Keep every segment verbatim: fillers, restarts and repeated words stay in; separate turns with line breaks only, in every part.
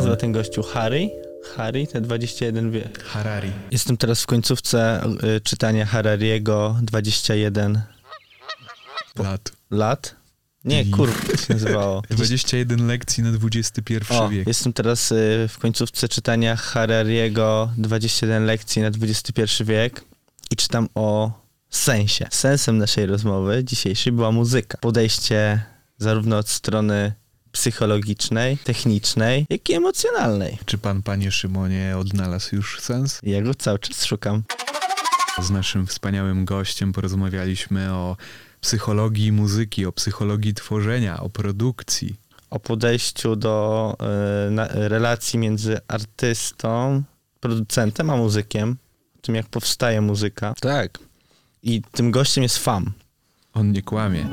nazywa ten gościu? Harry? Harry? Te dwadzieścia jeden wie.
Harari.
Jestem teraz w końcówce y, czytania Harariego dwadzieścia jeden
Lat.
lat. Nie,
I...
kurwa, to się nazywało.
dwadzieścia jeden lekcji na dwudziesty pierwszy
o,
wiek.
Jestem teraz y, w końcówce czytania Harariego dwadzieścia jeden lekcji na dwudziesty pierwszy wiek i czytam o sensie. Sensem naszej rozmowy dzisiejszej była muzyka. Podejście zarówno od strony psychologicznej, technicznej, jak i emocjonalnej.
Czy pan, panie Szymonie, odnalazł już sens?
Ja go cały czas szukam.
Z naszym wspaniałym gościem porozmawialiśmy o psychologii muzyki, o psychologii tworzenia, o produkcji.
O podejściu do y, na, relacji między artystą, producentem, a muzykiem. O tym, jak powstaje muzyka. Tak. I tym gościem jest Fam.
On nie kłamie.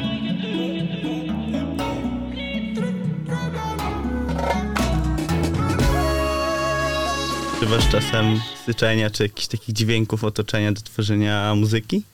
Używasz czasem styczenia czy jakichś takich dźwięków otoczenia do tworzenia muzyki?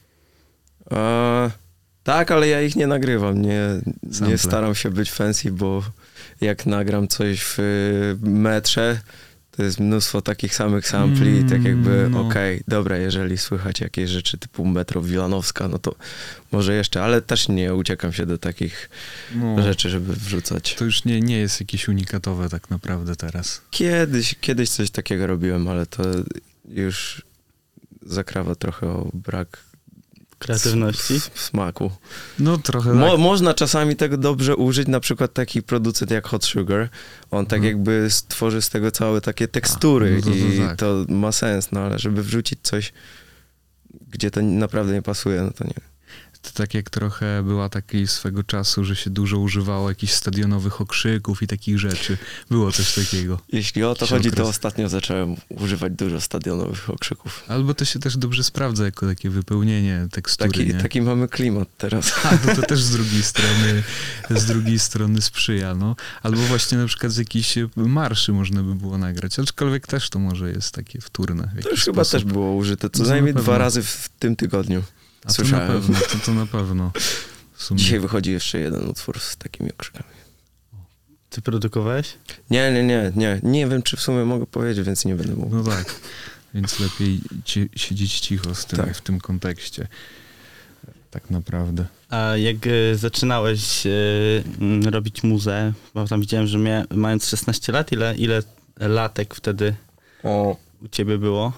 E, tak, ale ja ich nie nagrywam. Nie,
Sample.
nie staram się być fancy, bo jak nagram coś w metrze, to jest mnóstwo takich samych sampli,
Mm,
tak jakby
no.
okej, okay, dobra, jeżeli słychać jakieś rzeczy typu Metro Wilanowska, no to może jeszcze, ale też nie uciekam się do takich
No,
rzeczy, żeby wrzucać.
to już nie, nie jest jakieś unikatowe tak naprawdę teraz.
Kiedyś, kiedyś coś takiego robiłem, ale to już zakrawa trochę o brak
Kreatywności?
s- smaku.
No trochę
Mo,
tak.
można czasami tego dobrze użyć, na przykład taki producent jak Hot Sugar, on tak
Mhm.
jakby stworzy z tego całe takie tekstury
no to- to
i
tak.
to ma sens, no ale żeby wrzucić coś, gdzie to naprawdę nie pasuje, no to nie.
To tak jak trochę była takiej swego czasu, że się dużo używało jakichś stadionowych okrzyków i takich rzeczy. Było coś takiego.
Jeśli o to
Jakiś
chodzi, to
okres.
ostatnio zacząłem używać dużo stadionowych okrzyków.
Albo to się też dobrze sprawdza jako takie wypełnienie tekstury,
Taki,
nie?
taki mamy klimat teraz.
A, to, to też z drugiej strony z drugiej strony sprzyja, no. Albo właśnie na przykład z jakichś marszy można by było nagrać, aczkolwiek też to może jest takie wtórne. w
To
jakiś
już chyba
sposób.
też było użyte co
No,
najmniej
na
dwa
pewno.
razy w, w tym tygodniu.
A to na
Słyszałem.
pewno, to, to na pewno. W sumie.
Dzisiaj wychodzi jeszcze jeden utwór z takimi okrzykami.
Ty produkowałeś?
Nie, nie, nie, nie. Nie wiem, czy w sumie mogę powiedzieć, więc nie będę mówił.
No tak, więc lepiej ci, siedzieć cicho z tym,
Tak.
w tym kontekście. Tak naprawdę.
A jak y, zaczynałeś y, m, robić muzę, bo tam widziałem, że mia, mając szesnaście lat, ile, ile latek wtedy
O,
u ciebie było?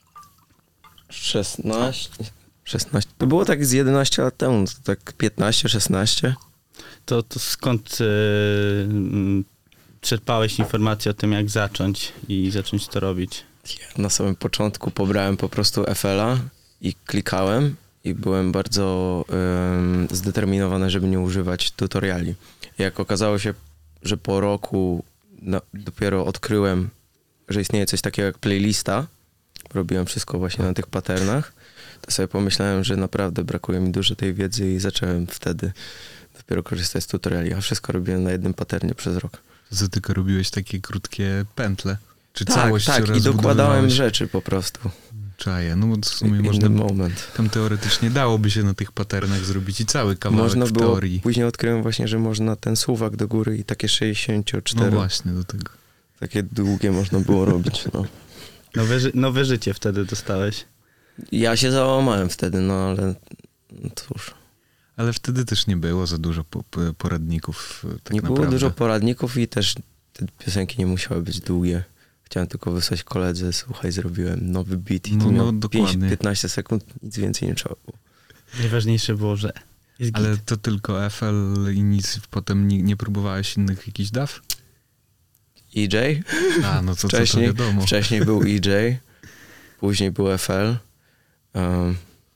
szesnaście. szesnaście. To było tak z jedenaście lat temu, to tak piętnaście, szesnaście.
To, to skąd y, m, czerpałeś informacje o tym, jak zacząć i zacząć to robić?
Ja na samym początku pobrałem po prostu F L a i klikałem i byłem bardzo um, zdeterminowany, żeby nie używać tutoriali. Jak okazało się, że po roku no, dopiero odkryłem, że istnieje coś takiego jak playlista, robiłem wszystko właśnie na tych patternach, to sobie pomyślałem, że naprawdę brakuje mi dużo tej wiedzy i zacząłem wtedy dopiero korzystać z tutoriali, a wszystko robiłem na jednym patternie przez rok.
Co tylko robiłeś takie krótkie pętle? Czy
Tak,
całość
tak, i dokładałem
rozbudowywałeś?
rzeczy po prostu.
Czaję, no bo w sumie
In
można,
the moment.
tam teoretycznie dałoby się na tych patternach zrobić i cały kawałek
Można
w
było,
teorii.
później odkryłem właśnie, że można ten suwak do góry i takie sześćdziesiąt cztery,
No właśnie, do tego.
takie długie można było robić, no.
Nowe, ży- nowe życie wtedy dostałeś.
Ja się załamałem wtedy, no ale no cóż.
Ale wtedy też nie było za dużo po, po, poradników. Tak
nie
naprawdę.
było dużo poradników i też te piosenki nie musiały być długie. Chciałem tylko wysłać koledze, słuchaj, zrobiłem nowy beat i
No,
to
no,
miał
dokładnie.
pięć piętnaście sekund, nic więcej nie trzeba było.
Najważniejsze było, że jest
Ale
git.
to tylko F L i nic, potem nie, nie próbowałeś innych jakichś daw?
E J?
A, no to, to, to
Wcześniej,
wiadomo.
wcześniej był E J, później był F L, um,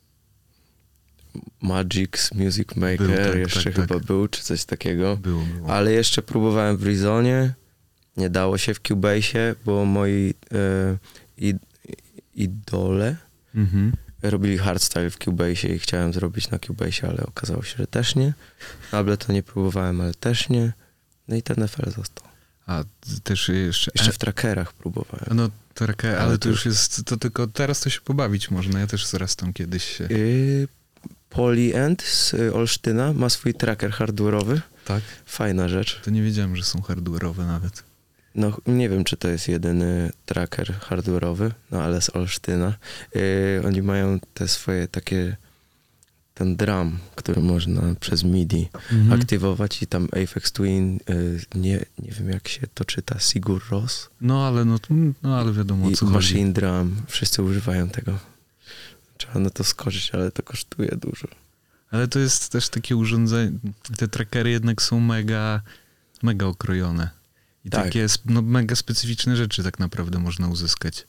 Magix Music Maker
Był, tak,
jeszcze
tak,
chyba
tak.
był, czy coś takiego.
Było, było.
Ale jeszcze próbowałem w Reasonie, nie dało się w Cubase'ie, bo moi e, id, idole
Mhm.
robili hardstyle w Cubase'ie i chciałem zrobić na Cubase'ie, ale okazało się, że też nie. Na Ableton nie próbowałem, ale też nie. No i ten F L został.
A też jeszcze...
Jeszcze w trackerach próbowałem.
No, trochę, ale,
Ale
to
to
już jest, to tylko teraz to się pobawić można. Ja też zaraz tam kiedyś się...
Yy, Polyend z y, Olsztyna ma swój tracker hardware'owy.
Tak?
Fajna rzecz.
To nie wiedziałem, że są hardware'owe nawet.
No nie wiem, czy to jest jedyny tracker hardware'owy, no ale z Olsztyna. Yy, oni mają te swoje takie, ten drum, który można przez MIDI
Mhm.
aktywować i tam Aphex Twin, yy, nie, nie wiem jak się to czyta, Sigur Rós
No ale no, no ale wiadomo o
i
co chodzi.
Machine Drum, wszyscy używają tego. Trzeba na to skoczyć, ale to kosztuje dużo.
Ale to jest też takie urządzenie, te trackery jednak są mega, mega okrojone. I
Tak.
takie no, mega specyficzne rzeczy tak naprawdę można uzyskać.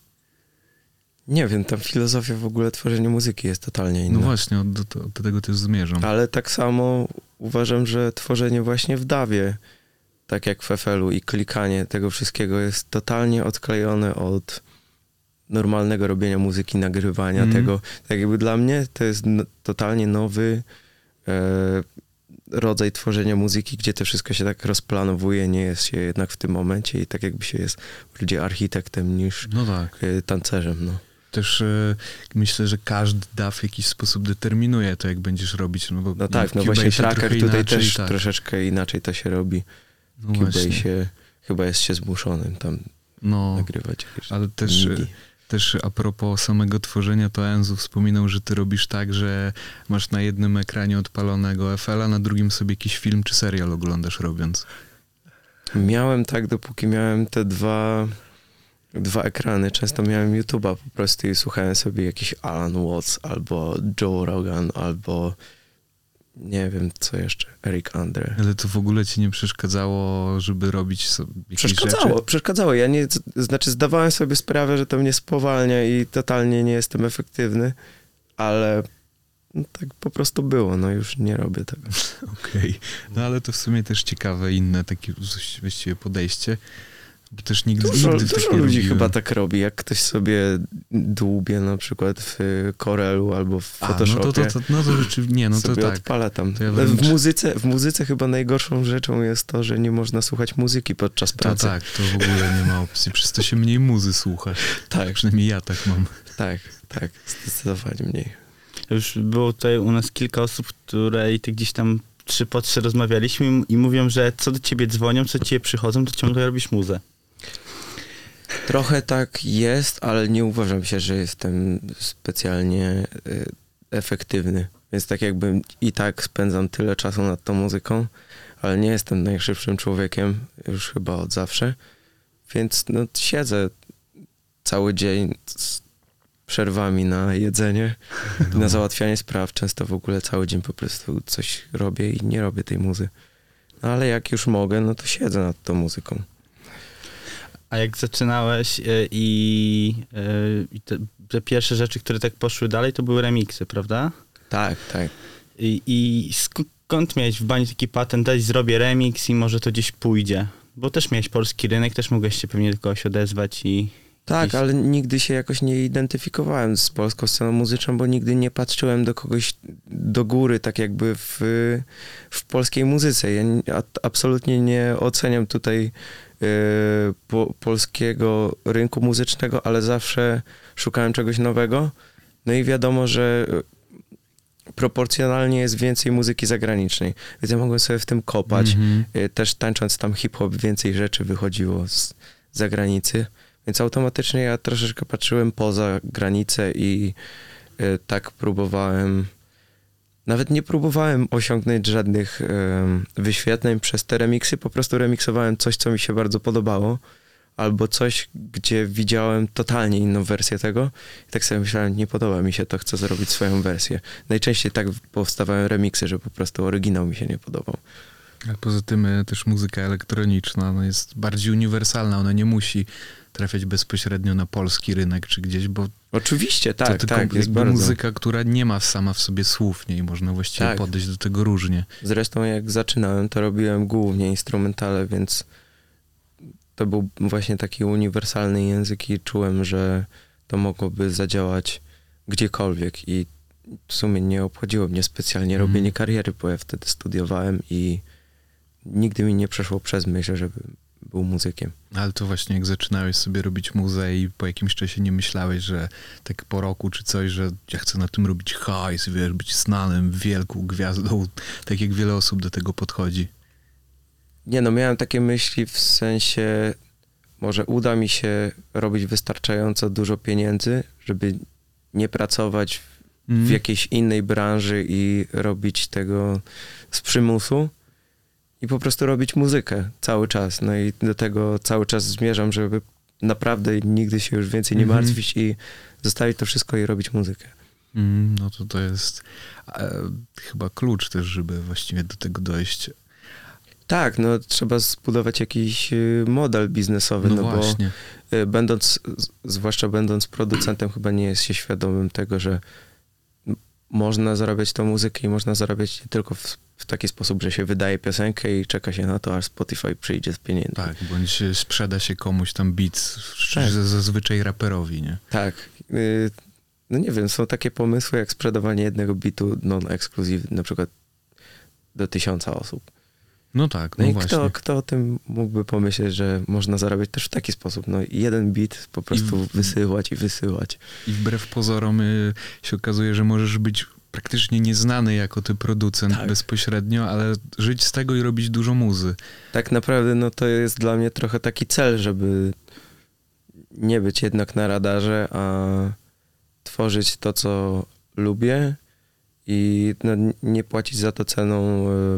Nie wiem, tam filozofia w ogóle tworzenia muzyki jest totalnie inna.
No właśnie, do, do, do tego też zmierzam.
Ale tak samo uważam, że tworzenie właśnie w dawie, tak jak w F L u i klikanie tego wszystkiego jest totalnie odklejone od normalnego robienia muzyki, nagrywania
Mm.
tego. Tak jakby dla mnie to jest n- totalnie nowy e, rodzaj tworzenia muzyki, gdzie to wszystko się tak rozplanowuje, nie jest się jednak w tym momencie i tak jakby się jest bardziej architektem niż
No tak.
e, tancerzem, no.
Też e, myślę, że każdy da w jakiś sposób determinuje to, jak będziesz robić. No, bo
No tak,
w
no właśnie
Cubase'ie
tracker
trochę
tutaj
inaczej,
też
tak.
troszeczkę inaczej to się robi.
No
W
właśnie.
Cubase'ie chyba jest się zmuszonym tam
No,
nagrywać jakieś
ale też,
MIDI.
też a propos samego tworzenia, to Enzo wspominał, że ty robisz tak, że masz na jednym ekranie odpalonego F L, a na drugim sobie jakiś film czy serial oglądasz robiąc.
Miałem tak, dopóki miałem te dwa, dwa ekrany. Często miałem YouTube'a po prostu i słuchałem sobie jakiś Alan Watts, albo Joe Rogan, albo nie wiem co jeszcze, Eric Andre.
Ale to w ogóle ci nie przeszkadzało, żeby robić sobie jakieś
Przeszkadzało,
rzeczy?
przeszkadzało. Ja nie, znaczy zdawałem sobie sprawę, że to mnie spowalnia i totalnie nie jestem efektywny, ale no, tak po prostu było, no już nie robię tego.
Okej. No ale to w sumie też ciekawe, inne takie właściwie podejście, bo też nigdy,
Dużo,
nigdy w
dużo
tak nie
ludzi
robiłem.
chyba tak robi, jak ktoś sobie dłubie na przykład w Corelu albo w
A,
Photoshopie.
no to, to, to, no to rzeczywiście, nie, no to
sobie
tak.
odpala tam.
To ja
w,
wręcz-
muzyce, w muzyce chyba najgorszą rzeczą jest to, że nie można słuchać muzyki podczas
To
pracy.
tak, to w ogóle nie ma opcji, przez to się mniej muzy słucha.
tak,
Przynajmniej ja tak mam.
tak, tak, zdecydowanie mniej.
Już było tutaj u nas kilka osób, które i ty gdzieś tam trzy po trzy rozmawialiśmy i mówią, że co do ciebie dzwonią, co do ciebie przychodzą, to ciągle robisz muzę.
Trochę tak jest, ale nie uważam się, że jestem specjalnie y, efektywny. Więc tak jakby i tak spędzam tyle czasu nad tą muzyką, ale nie jestem najszybszym człowiekiem już chyba od zawsze. Więc no, siedzę cały dzień z przerwami na jedzenie,
No.
na załatwianie spraw. Często w ogóle cały dzień po prostu coś robię i nie robię tej muzy. No ale jak już mogę, no to siedzę nad tą muzyką.
A jak zaczynałeś y, i, y, i te, te pierwsze rzeczy, które tak poszły dalej, to były remiksy, prawda?
Tak, tak.
I, i skąd miałeś w bani taki patent, dać zrobię remix i może to gdzieś pójdzie? Bo też miałeś polski rynek, też mogłeś się pewnie do kogoś odezwać i...
Tak,
Jakieś-
ale nigdy się jakoś nie identyfikowałem z polską sceną muzyczną, bo nigdy nie patrzyłem do kogoś do góry, tak jakby w, w polskiej muzyce. Ja nie- a- absolutnie nie oceniam tutaj y, po, polskiego rynku muzycznego, ale zawsze szukałem czegoś nowego. No i wiadomo, że proporcjonalnie jest więcej muzyki zagranicznej, więc ja mogłem sobie w tym kopać.
Mhm.
Y, Też tańcząc tam hip-hop, więcej rzeczy wychodziło z zagranicy. Więc automatycznie ja troszeczkę patrzyłem poza granicę i y, tak próbowałem, nawet nie próbowałem osiągnąć żadnych y, wyświetleń przez te remiksy, po prostu remiksowałem coś, co mi się bardzo podobało, albo coś, gdzie widziałem totalnie inną wersję tego i tak sobie myślałem, nie podoba mi się to, chcę zrobić swoją wersję. Najczęściej tak powstawały remiksy, że po prostu oryginał mi się nie podobał.
A poza tym e, też muzyka elektroniczna ona jest bardziej uniwersalna, ona nie musi trafiać bezpośrednio na polski rynek czy gdzieś, bo
Oczywiście,
to
tak,
tylko
tak, jest
jakby
bardzo.
muzyka, która nie ma sama w sobie słów, nie? I można właściwie
Tak.
podejść do tego różnie.
Zresztą jak zaczynałem, to robiłem głównie instrumentale, więc to był właśnie taki uniwersalny język i czułem, że to mogłoby zadziałać gdziekolwiek i w sumie nie obchodziło mnie specjalnie
Mhm.
robienie kariery, bo ja wtedy studiowałem i nigdy mi nie przeszło przez myśl, żeby był muzykiem.
Ale to właśnie jak zaczynałeś sobie robić muzę i po jakimś czasie nie myślałeś, że tak po roku czy coś, że ja chcę na tym robić hajs, wiesz, być znanym, wielką gwiazdą, tak jak wiele osób do tego podchodzi.
Nie no, miałem takie myśli w sensie może uda mi się robić wystarczająco dużo pieniędzy, żeby nie pracować w,
Mm.
w jakiejś innej branży i robić tego z przymusu i po prostu robić muzykę cały czas. No i do tego cały czas zmierzam, żeby naprawdę nigdy się już więcej nie
Mhm.
martwić i zostawić to wszystko i robić muzykę.
Mm, no to to jest e, chyba klucz też, żeby właściwie do tego dojść.
Tak, no trzeba zbudować jakiś y, model biznesowy,
No,
no,
właśnie.
bo y, będąc, z- zwłaszcza będąc producentem, chyba nie jest się świadomym tego, że m- można zarabiać tą muzykę i można zarabiać nie tylko w, w taki sposób, że się wydaje piosenkę i czeka się na to, aż Spotify przyjdzie z pieniędzy.
Tak, bądź sprzeda się komuś tam beat,
Tak.
z- zazwyczaj raperowi, nie?
Tak. y, No nie wiem, są takie pomysły jak sprzedawanie jednego bitu non-exclusive, na przykład do tysiąca osób.
No tak,
No,
no
i
właśnie.
kto, kto o tym mógłby pomyśleć, że można zarabiać też w taki sposób? No jeden bit po prostu
w-
wysyłać i wysyłać.
I wbrew pozorom y, się okazuje, że możesz być praktycznie nieznany jako ty producent
Tak.
bezpośrednio, ale żyć z tego i robić dużo muzy.
Tak naprawdę no to jest dla mnie trochę taki cel, żeby nie być jednak na radarze, a tworzyć to, co lubię i no, nie płacić za to ceną. y,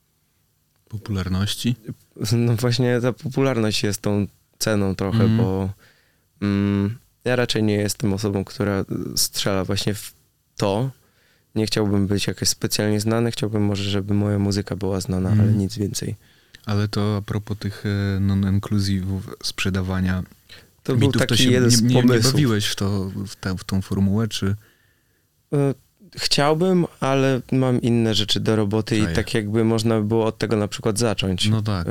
Popularności.
No właśnie ta popularność jest tą ceną trochę,
Mhm.
bo mm, ja raczej nie jestem osobą, która strzela właśnie w to. Nie chciałbym być jakoś specjalnie znany, chciałbym może, żeby moja muzyka była znana,
Mhm.
ale nic więcej.
Ale to a propos tych e, non-inclusivów, sprzedawania
To był
bitów,
taki
to się
jeden
nie,
z
nie, nie
pomysłów.
bawiłeś w, to, w, tę, w tą formułę, czy...
E, Chciałbym, ale mam inne rzeczy do roboty
Czaję.
i tak jakby można by było od tego na przykład zacząć.
No tak.
E,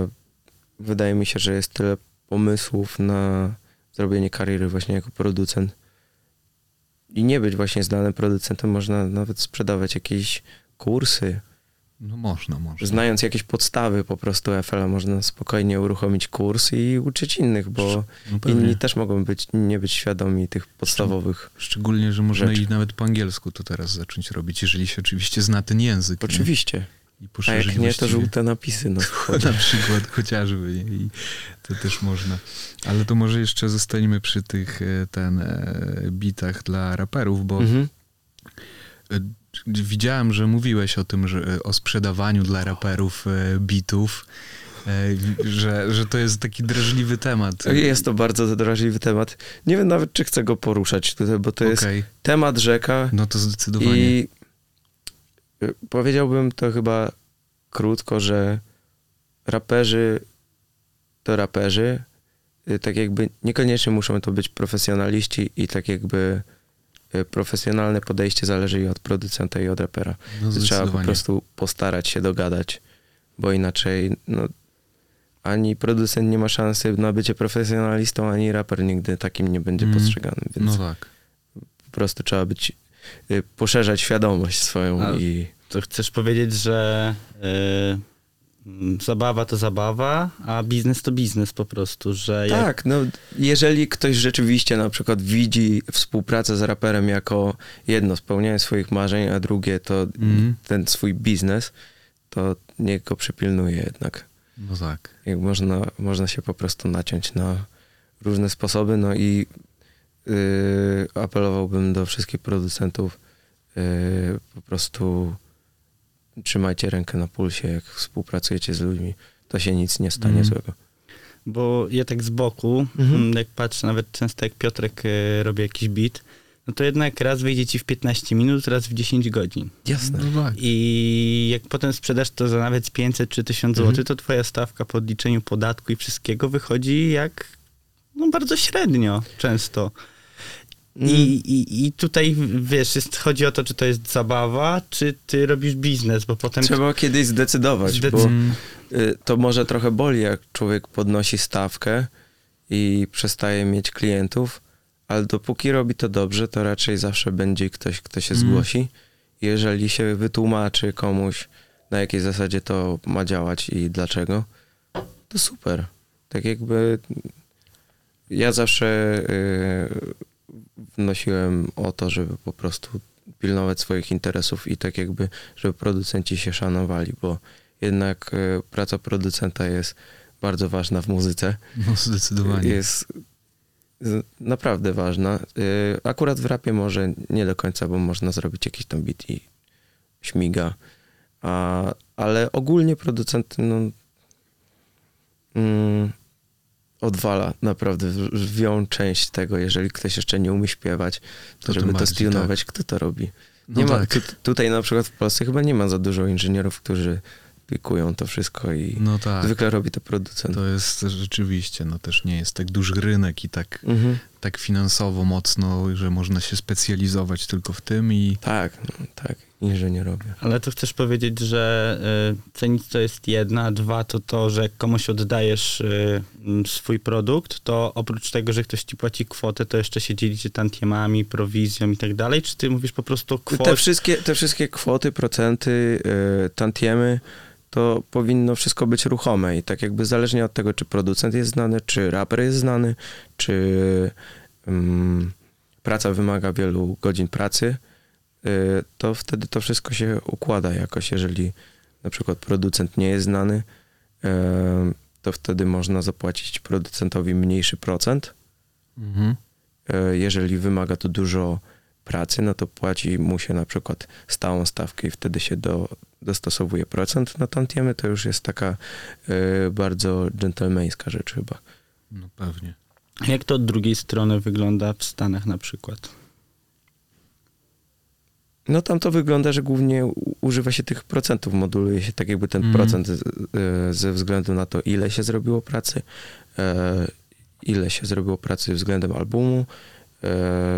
Wydaje mi się, że jest tyle pomysłów na zrobienie kariery właśnie jako producent. I nie być właśnie znanym producentem, można nawet sprzedawać jakieś kursy.
No można, można.
Znając jakieś podstawy po prostu F L a można spokojnie uruchomić kurs i uczyć innych, bo
No pewnie.
inni też mogą być, nie być świadomi tych podstawowych.
Szczególnie, że można
rzeczy.
i nawet po angielsku to teraz zacząć robić, jeżeli się oczywiście zna ten język. nie?
Oczywiście.
I
A
poszerzyć
jak nie, to
właściwie-
żółte napisy na wchodzie.
Na przykład chociażby nie? I to też można. Ale to może jeszcze zostaniemy przy tych e, ten e, bitach dla raperów, bo
Mhm.
e, widziałem, że mówiłeś o tym, że e, o sprzedawaniu dla raperów e, bitów, e, że, że to jest taki drażliwy temat.
Jest to bardzo drażliwy temat. Nie wiem nawet, czy chcę go poruszać tutaj, bo to jest
Okej,
temat rzeka
no to zdecydowanie.
i y, powiedziałbym to chyba krótko, że raperzy to raperzy, y, tak jakby niekoniecznie muszą to być profesjonaliści i tak jakby y, profesjonalne podejście zależy i od producenta i od rapera.
No
Trzeba po
zdecydowanie.
prostu postarać się dogadać, bo inaczej no, ani producent nie ma szansy na bycie profesjonalistą, ani raper nigdy takim nie będzie
Mm.
postrzegany, więc
No tak.
po prostu trzeba być, y, poszerzać świadomość swoją
A-
i
To chcesz powiedzieć, że y, mm, zabawa to zabawa, a biznes to biznes po prostu, że jak
tak, no jeżeli ktoś rzeczywiście na przykład widzi współpracę z raperem jako jedno spełnianie swoich marzeń, a drugie to
Mhm.
ten swój biznes, to niech go przypilnuje jednak.
No tak.
Jak można, można się po prostu naciąć na różne sposoby, no i yy, apelowałbym do wszystkich producentów, yy, po prostu trzymajcie rękę na pulsie, jak współpracujecie z ludźmi, to się nic nie stanie
Mhm.
złego.
Bo ja tak z boku,
Mhm.
mm, jak patrzę, nawet często jak Piotrek y, robi jakiś beat, no to jednak raz wyjdzie ci w piętnaście minut, raz w dziesięć godzin.
Jasne.
No tak.
I jak potem sprzedasz to za nawet z pięćset czy tysiąc
Mhm.
złotych, to twoja stawka po odliczeniu podatku i wszystkiego wychodzi jak no bardzo średnio często.
Mm.
I, i, I tutaj, wiesz, jest, chodzi o to, czy to jest zabawa, czy ty robisz biznes, bo potem...
Trzeba kiedyś zdecydować,
Zdecy-
bo
Mm.
y, to może trochę boli, jak człowiek podnosi stawkę i przestaje mieć klientów, ale dopóki robi to dobrze, to raczej zawsze będzie ktoś, kto się
Mm.
zgłosi. Jeżeli się wytłumaczy komuś, na jakiej zasadzie to ma działać i dlaczego, to super. Tak jakby ja zawsze y, wnosiłem o to, żeby po prostu pilnować swoich interesów i tak jakby, żeby producenci się szanowali, bo jednak y, praca producenta jest bardzo ważna w muzyce.
No zdecydowanie.
Jest naprawdę ważna. Akurat w rapie może nie do końca, bo można zrobić jakiś tam beat i śmiga. A, ale ogólnie producent no, mm, odwala naprawdę lwią część tego, jeżeli ktoś jeszcze nie umie śpiewać, to, to żeby to stunować, tak. Kto to robi? Nie no ma, tak. tu, tutaj na przykład w Polsce chyba nie ma za dużo inżynierów, którzy pikują to wszystko i
no tak.
zwykle robi to producent.
To jest rzeczywiście, no też nie jest tak duży rynek i tak,
mhm.
tak finansowo mocno, że można się specjalizować tylko w tym i...
Tak, no, tak, inżynierowie.
Ale to chcesz powiedzieć, że y, cenić to jest jedna, a dwa to to, że jak komuś oddajesz y, swój produkt, to oprócz tego, że ktoś ci płaci kwotę, to jeszcze się dzielicie tantiemami, prowizją i tak dalej, czy ty mówisz po prostu o kwocie?
Te wszystkie, te wszystkie kwoty, procenty, y, tantiemy, to powinno wszystko być ruchome i tak jakby zależnie od tego, czy producent jest znany, czy raper jest znany, czy um, praca wymaga wielu godzin pracy, y, to wtedy to wszystko się układa jakoś. Jeżeli na przykład producent nie jest znany, y, to wtedy można zapłacić producentowi mniejszy procent.
Mhm.
Y, jeżeli wymaga to dużo pracy, no to płaci mu się na przykład stałą stawkę i wtedy się do, dostosowuje procent na tantiemy. To już jest taka y, bardzo dżentelmeńska rzecz chyba.
No pewnie.
Jak to od drugiej strony wygląda w Stanach na przykład?
No tam to wygląda, że głównie u, używa się tych procentów, moduluje się tak jakby ten mm. procent y, ze względu na to, ile się zrobiło pracy, y, ile się zrobiło pracy względem albumu, y,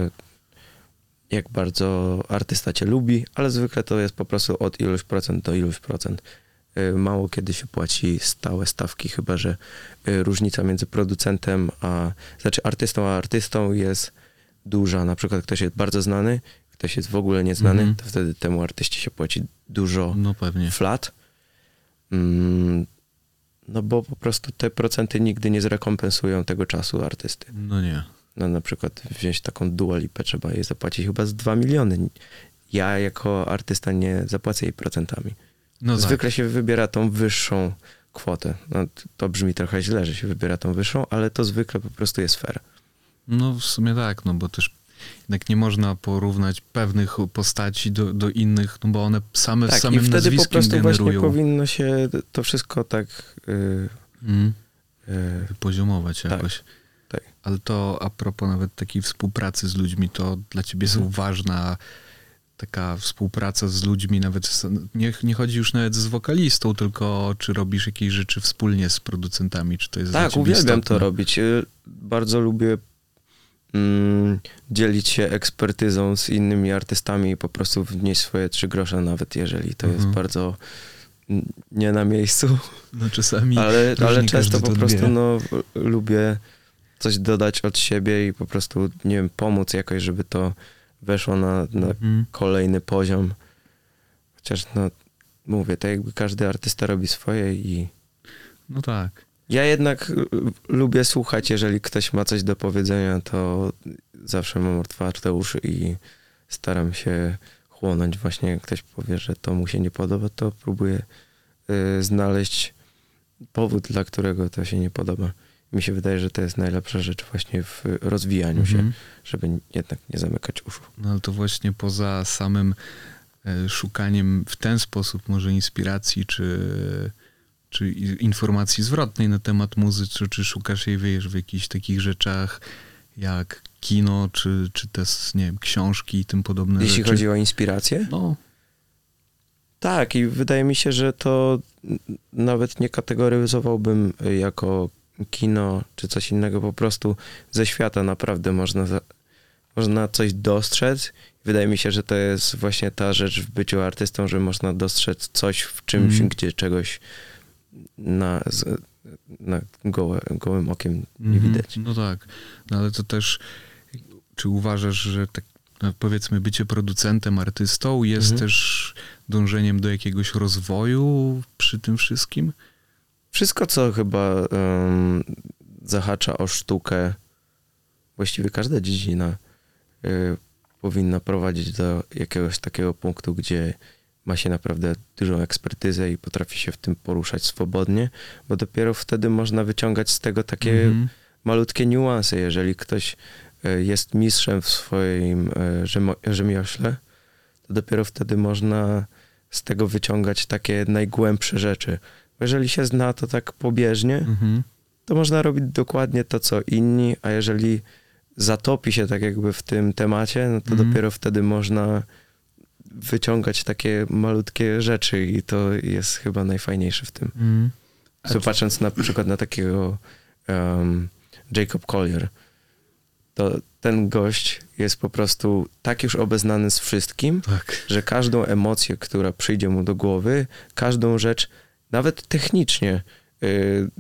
jak bardzo artysta cię lubi, ale zwykle to jest po prostu od iluś procent do iluś procent. Mało kiedy się płaci stałe stawki, chyba że różnica między producentem a, znaczy artystą a artystą jest duża. Na przykład ktoś jest bardzo znany, ktoś jest w ogóle nieznany, mm-hmm. to wtedy temu artyście się płaci dużo
no pewnie.
flat. Mm, no bo po prostu te procenty nigdy nie zrekompensują tego czasu artysty.
No nie.
No na przykład wziąć taką Dua Lipę, trzeba jej zapłacić chyba z dwa miliony. Ja jako artysta nie zapłacę jej procentami. No Zwykle tak. się wybiera tą wyższą kwotę. No, to brzmi trochę źle, że się wybiera tą wyższą, ale to zwykle po prostu jest fair.
No w sumie tak, no bo też jednak nie można porównać pewnych postaci do, do innych, no bo one same
tak,
samym
i wtedy
nazwiskiem
po prostu
generują.
właśnie powinno się to wszystko tak yy,
mm.
yy,
wypoziomować jakoś.
Tak, tak.
Ale to a propos nawet takiej współpracy z ludźmi, to dla ciebie mhm. są ważna taka współpraca z ludźmi, nawet z, nie, nie chodzi już nawet z wokalistą, tylko czy robisz jakieś rzeczy wspólnie z producentami, czy to jest
tak,
dla ciebie
uwielbiam
istotne?
to robić. Bardzo lubię mm, dzielić się ekspertyzą z innymi artystami i po prostu wnieść swoje trzy grosze, nawet jeżeli to mhm. jest bardzo nie na miejscu.
No czasami
ale, ale często po prostu no, lubię coś dodać od siebie i po prostu, nie wiem, pomóc jakoś, żeby to weszło na, na mm. kolejny poziom. Chociaż no, mówię, tak jakby każdy artysta robi swoje i...
No tak.
Ja jednak lubię słuchać, jeżeli ktoś ma coś do powiedzenia, to zawsze mam otwarte uszy i staram się chłonąć. Właśnie jak ktoś powie, że to mu się nie podoba, to próbuję y, znaleźć powód, dla którego to się nie podoba. Mi się wydaje, że to jest najlepsza rzecz właśnie w rozwijaniu mm-hmm. się, żeby jednak nie zamykać uszu.
No ale to właśnie poza samym e, szukaniem w ten sposób może inspiracji, czy, czy informacji zwrotnej na temat muzyki, czy, czy szukasz jej, wiesz, w jakichś takich rzeczach jak kino, czy, czy też, nie wiem, książki i tym podobne
Jeśli
rzeczy?
chodzi o inspirację?
No.
Tak, i wydaje mi się, że to nawet nie kategoryzowałbym jako kino czy coś innego, po prostu ze świata naprawdę można, za, można coś dostrzec. Wydaje mi się, że to jest właśnie ta rzecz w byciu artystą, że można dostrzec coś w czymś, mm. gdzie czegoś na, na gołe, gołym okiem nie mm-hmm. widać.
No tak, no ale to też, czy uważasz, że tak no powiedzmy bycie producentem, artystą jest mm-hmm. też dążeniem do jakiegoś rozwoju przy tym wszystkim?
Wszystko, co chyba um, zahacza o sztukę, właściwie każda dziedzina y, powinna prowadzić do jakiegoś takiego punktu, gdzie ma się naprawdę dużą ekspertyzę i potrafi się w tym poruszać swobodnie, bo dopiero wtedy można wyciągać z tego takie mm-hmm. malutkie niuanse. Jeżeli ktoś jest mistrzem w swoim rzemiośle, to dopiero wtedy można z tego wyciągać takie najgłębsze rzeczy. Bo jeżeli się zna to tak pobieżnie, mm-hmm. to można robić dokładnie to, co inni, a jeżeli zatopi się tak jakby w tym temacie, no to mm-hmm. dopiero wtedy można wyciągać takie malutkie rzeczy i to jest chyba najfajniejsze w tym. Mm. So, patrząc na przykład na takiego um, Jacob Collier, to ten gość jest po prostu tak już obeznany z wszystkim, tak. że każdą emocję, która przyjdzie mu do głowy, każdą rzecz, nawet technicznie, yy,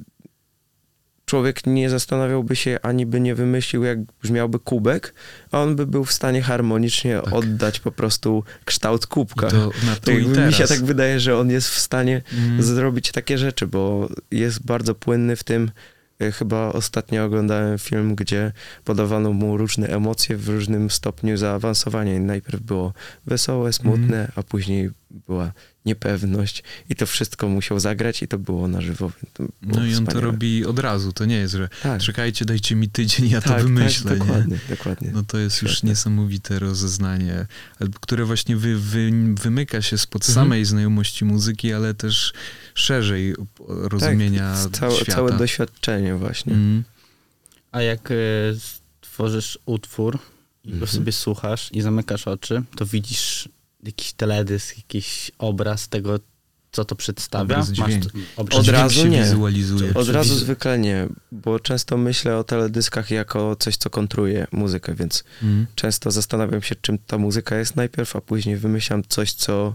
człowiek nie zastanawiałby się, ani by nie wymyślił, jak brzmiałby kubek, a on by był w stanie harmonicznie tak. oddać po prostu kształt kubka. I to na to i teraz. Mi się tak wydaje, że on jest w stanie mm. zrobić takie rzeczy, bo jest bardzo płynny w tym. Chyba ostatnio oglądałem film, gdzie podawano mu różne emocje w różnym stopniu zaawansowania. I najpierw było wesołe, smutne, mm. a później była niepewność i to wszystko musiał zagrać i to było na żywo. Było
no i on wspaniałe. To robi od razu, to nie jest, że tak. czekajcie, dajcie mi tydzień, ja tak, to wymyślę.
Tak, dokładnie,
nie?
dokładnie.
No to jest
Świetne.
Już niesamowite rozeznanie, które właśnie wy, wy, wymyka się spod mhm. samej znajomości muzyki, ale też szerzej rozumienia
tak, całe,
świata.
Całe doświadczenie właśnie.
Mm.
A jak y, stworzysz utwór i go mm-hmm. sobie słuchasz i zamykasz oczy, to widzisz jakiś teledysk, jakiś obraz tego, co to przedstawia?
Obraz, dźwięk.
Masz to, obraz
Od razu nie.
Wizualizuje.
Od razu zwykle nie, bo często myślę o teledyskach jako coś, co kontruje muzykę, więc mm. często zastanawiam się, czym ta muzyka jest najpierw, a później wymyślam coś, co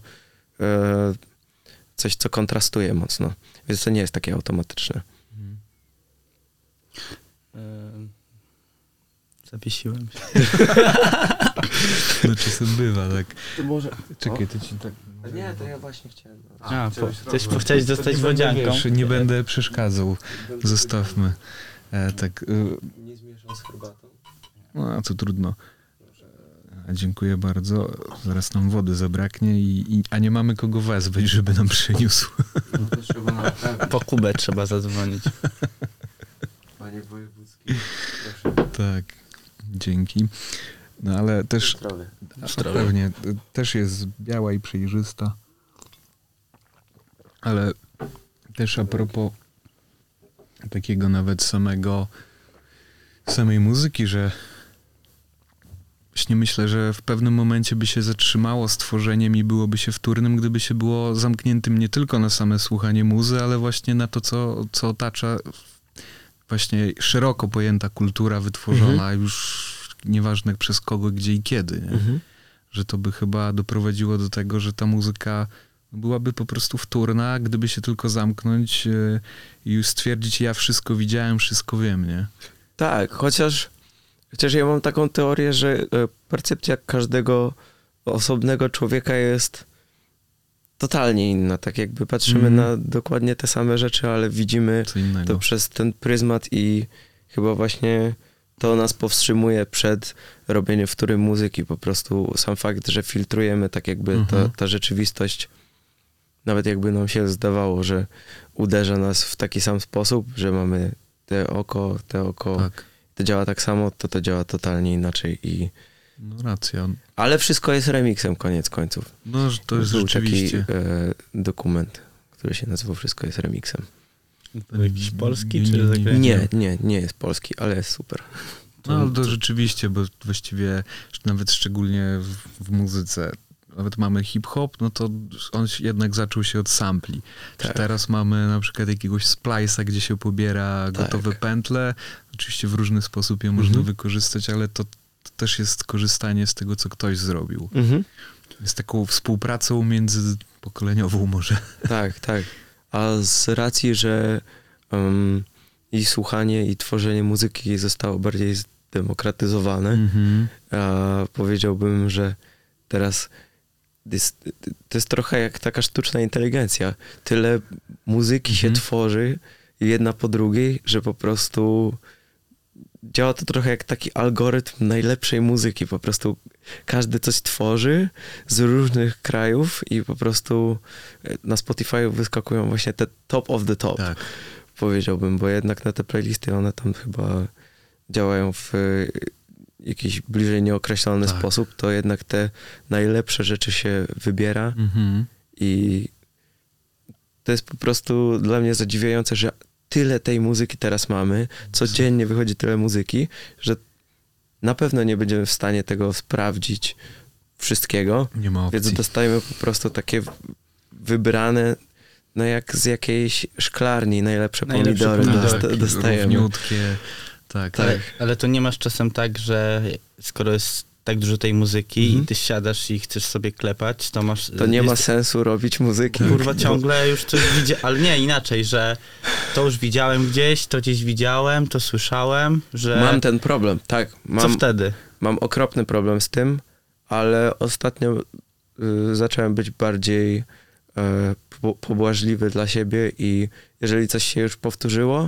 e, coś, co kontrastuje mocno. Więc to nie jest takie automatyczne. Mm.
Zawiesiłem się.
No czasem bywa, tak.
To może...
Czekaj, to ci tak...
Nie, to ja właśnie chciałem.
A, po, chcesz, po, chciałeś dostać wodzianką?
Wiesz, nie będę przeszkadzał. Zostawmy. E, tak.
E... Nie zmieszam z herbatą?
No, to trudno. A, dziękuję bardzo. Zaraz nam wody zabraknie, i, i, a nie mamy kogo wezwać, żeby nam przyniósł.
No, po Kubę trzeba zadzwonić.
Panie wojewódzki, proszę.
Tak, dzięki. No ale też
Zdrowie.
Zdrowie. Pewnie, też jest biała i przejrzysta. Ale też a propos takiego nawet samego samej muzyki, że właśnie myślę, że w pewnym momencie by się zatrzymało z tworzeniem i byłoby się wtórnym, gdyby się było zamkniętym nie tylko na same słuchanie muzy, ale właśnie na to, co, co otacza właśnie szeroko pojęta kultura wytworzona, mhm. już nieważne przez kogo, gdzie i kiedy, nie? Mhm. Że to by chyba doprowadziło do tego, że ta muzyka byłaby po prostu wtórna, gdyby się tylko zamknąć yy, i już stwierdzić, ja wszystko widziałem, wszystko wiem, nie?
Tak, chociaż, chociaż ja mam taką teorię, że percepcja każdego osobnego człowieka jest totalnie inna. Tak jakby patrzymy mm. na dokładnie te same rzeczy, ale widzimy to przez ten pryzmat i chyba właśnie to nas powstrzymuje przed robieniem wtóry muzyki. Po prostu sam fakt, że filtrujemy tak jakby mm-hmm. ta, ta rzeczywistość, nawet jakby nam się zdawało, że uderza nas w taki sam sposób, że mamy te oko, te oko, tak. to działa tak samo, to to działa totalnie inaczej i
no racja.
Ale wszystko jest remixem koniec końców.
No to jest
Był
rzeczywiście.
taki e, dokument, który się nazywał Wszystko jest remixem.
Jakiś polski
nie,
czy
nie,
zagraniczny?
Nie, nie, nie jest polski, ale jest super.
No ale to rzeczywiście, bo właściwie nawet szczególnie w, w muzyce, nawet mamy hip-hop, no to on jednak zaczął się od sampli. Tak. Teraz mamy na przykład jakiegoś splice'a, gdzie się pobiera tak. gotowe pętle. Oczywiście w różny sposób je mhm. można wykorzystać, ale to, to też jest korzystanie z tego, co ktoś zrobił. Mhm. Jest taką współpracą międzypokoleniową może.
Tak, tak. A z racji, że um, i słuchanie, i tworzenie muzyki zostało bardziej zdemokratyzowane, mhm. a powiedziałbym, że teraz jest, to jest trochę jak taka sztuczna inteligencja. Tyle muzyki mhm. się tworzy jedna po drugiej, że po prostu działa to trochę jak taki algorytm najlepszej muzyki. Po prostu każdy coś tworzy z różnych krajów i po prostu na Spotify wyskakują właśnie te top of the top,
Tak.
powiedziałbym, bo jednak na te playlisty one tam chyba działają w jakiś bliżej nieokreślony
Tak.
sposób, to jednak te najlepsze rzeczy się wybiera
Mhm.
i to jest po prostu dla mnie zadziwiające, że tyle tej muzyki teraz mamy, codziennie wychodzi tyle muzyki, że na pewno nie będziemy w stanie tego sprawdzić wszystkiego,
Nie ma opcji.
więc dostajemy po prostu takie wybrane, no jak z jakiejś szklarni najlepsze,
Najlepsze
pomidory,
pomidory.
dosta- dostajemy.
Równiutkie. Tak,
Tak.
Ale, ale to nie masz czasem tak, że skoro jest tak dużo tej muzyki
Mhm.
i ty siadasz i chcesz sobie klepać, to masz...
To nie ma
jest-
sensu robić muzyki.
Kurwa,
bo-
ciągle już coś widziałem, ale nie, inaczej, że to już widziałem gdzieś, to gdzieś widziałem, to słyszałem, że...
Mam ten problem, tak.
Co
Mam,
wtedy?
mam okropny problem z tym, ale ostatnio y, zacząłem być bardziej y, po, pobłażliwy dla siebie i jeżeli coś się już powtórzyło,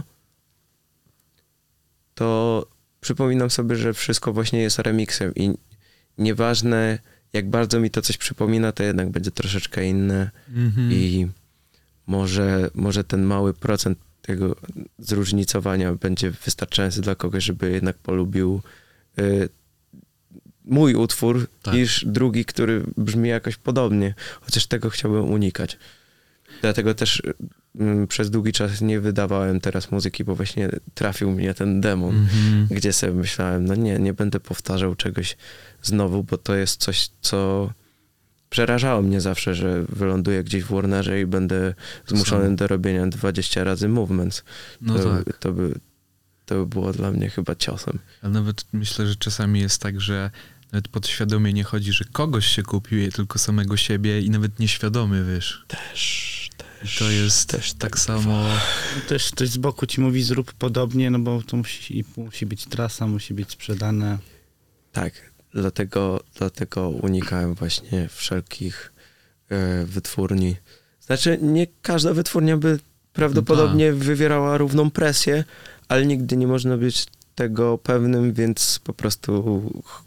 to przypominam sobie, że wszystko właśnie jest remixem i nieważne jak bardzo mi to coś przypomina, to jednak będzie troszeczkę inne
Mhm.
i może, może ten mały procent tego zróżnicowania będzie wystarczający dla kogoś, żeby jednak polubił y, mój utwór
Tak.
niż drugi, który brzmi jakoś podobnie, chociaż tego chciałbym unikać. Dlatego też y, przez długi czas nie wydawałem teraz muzyki, bo właśnie trafił mnie ten demon,
Mhm.
gdzie sobie myślałem, no nie, nie będę powtarzał czegoś znowu, bo to jest coś, co przerażało mnie zawsze, że wyląduję gdzieś w Warnerze i będę zmuszony
Samo.
do robienia dwadzieścia razy movements.
No
to,
tak.
to, by, to by było dla mnie chyba ciosem.
Ale nawet myślę, że czasami jest tak, że nawet podświadomie nie chodzi, że kogoś się kopiuje, tylko samego siebie i nawet nieświadomy, wiesz.
Też, też.
I to jest
też
tak samo...
Też ktoś z boku ci mówi zrób podobnie, no bo to musi, musi być trasa, musi być sprzedane.
Tak, dlatego, dlatego unikałem właśnie wszelkich e, wytwórni. Znaczy, nie każda wytwórnia by prawdopodobnie
No
wywierała równą presję, ale nigdy nie można być tego pewnym, więc po prostu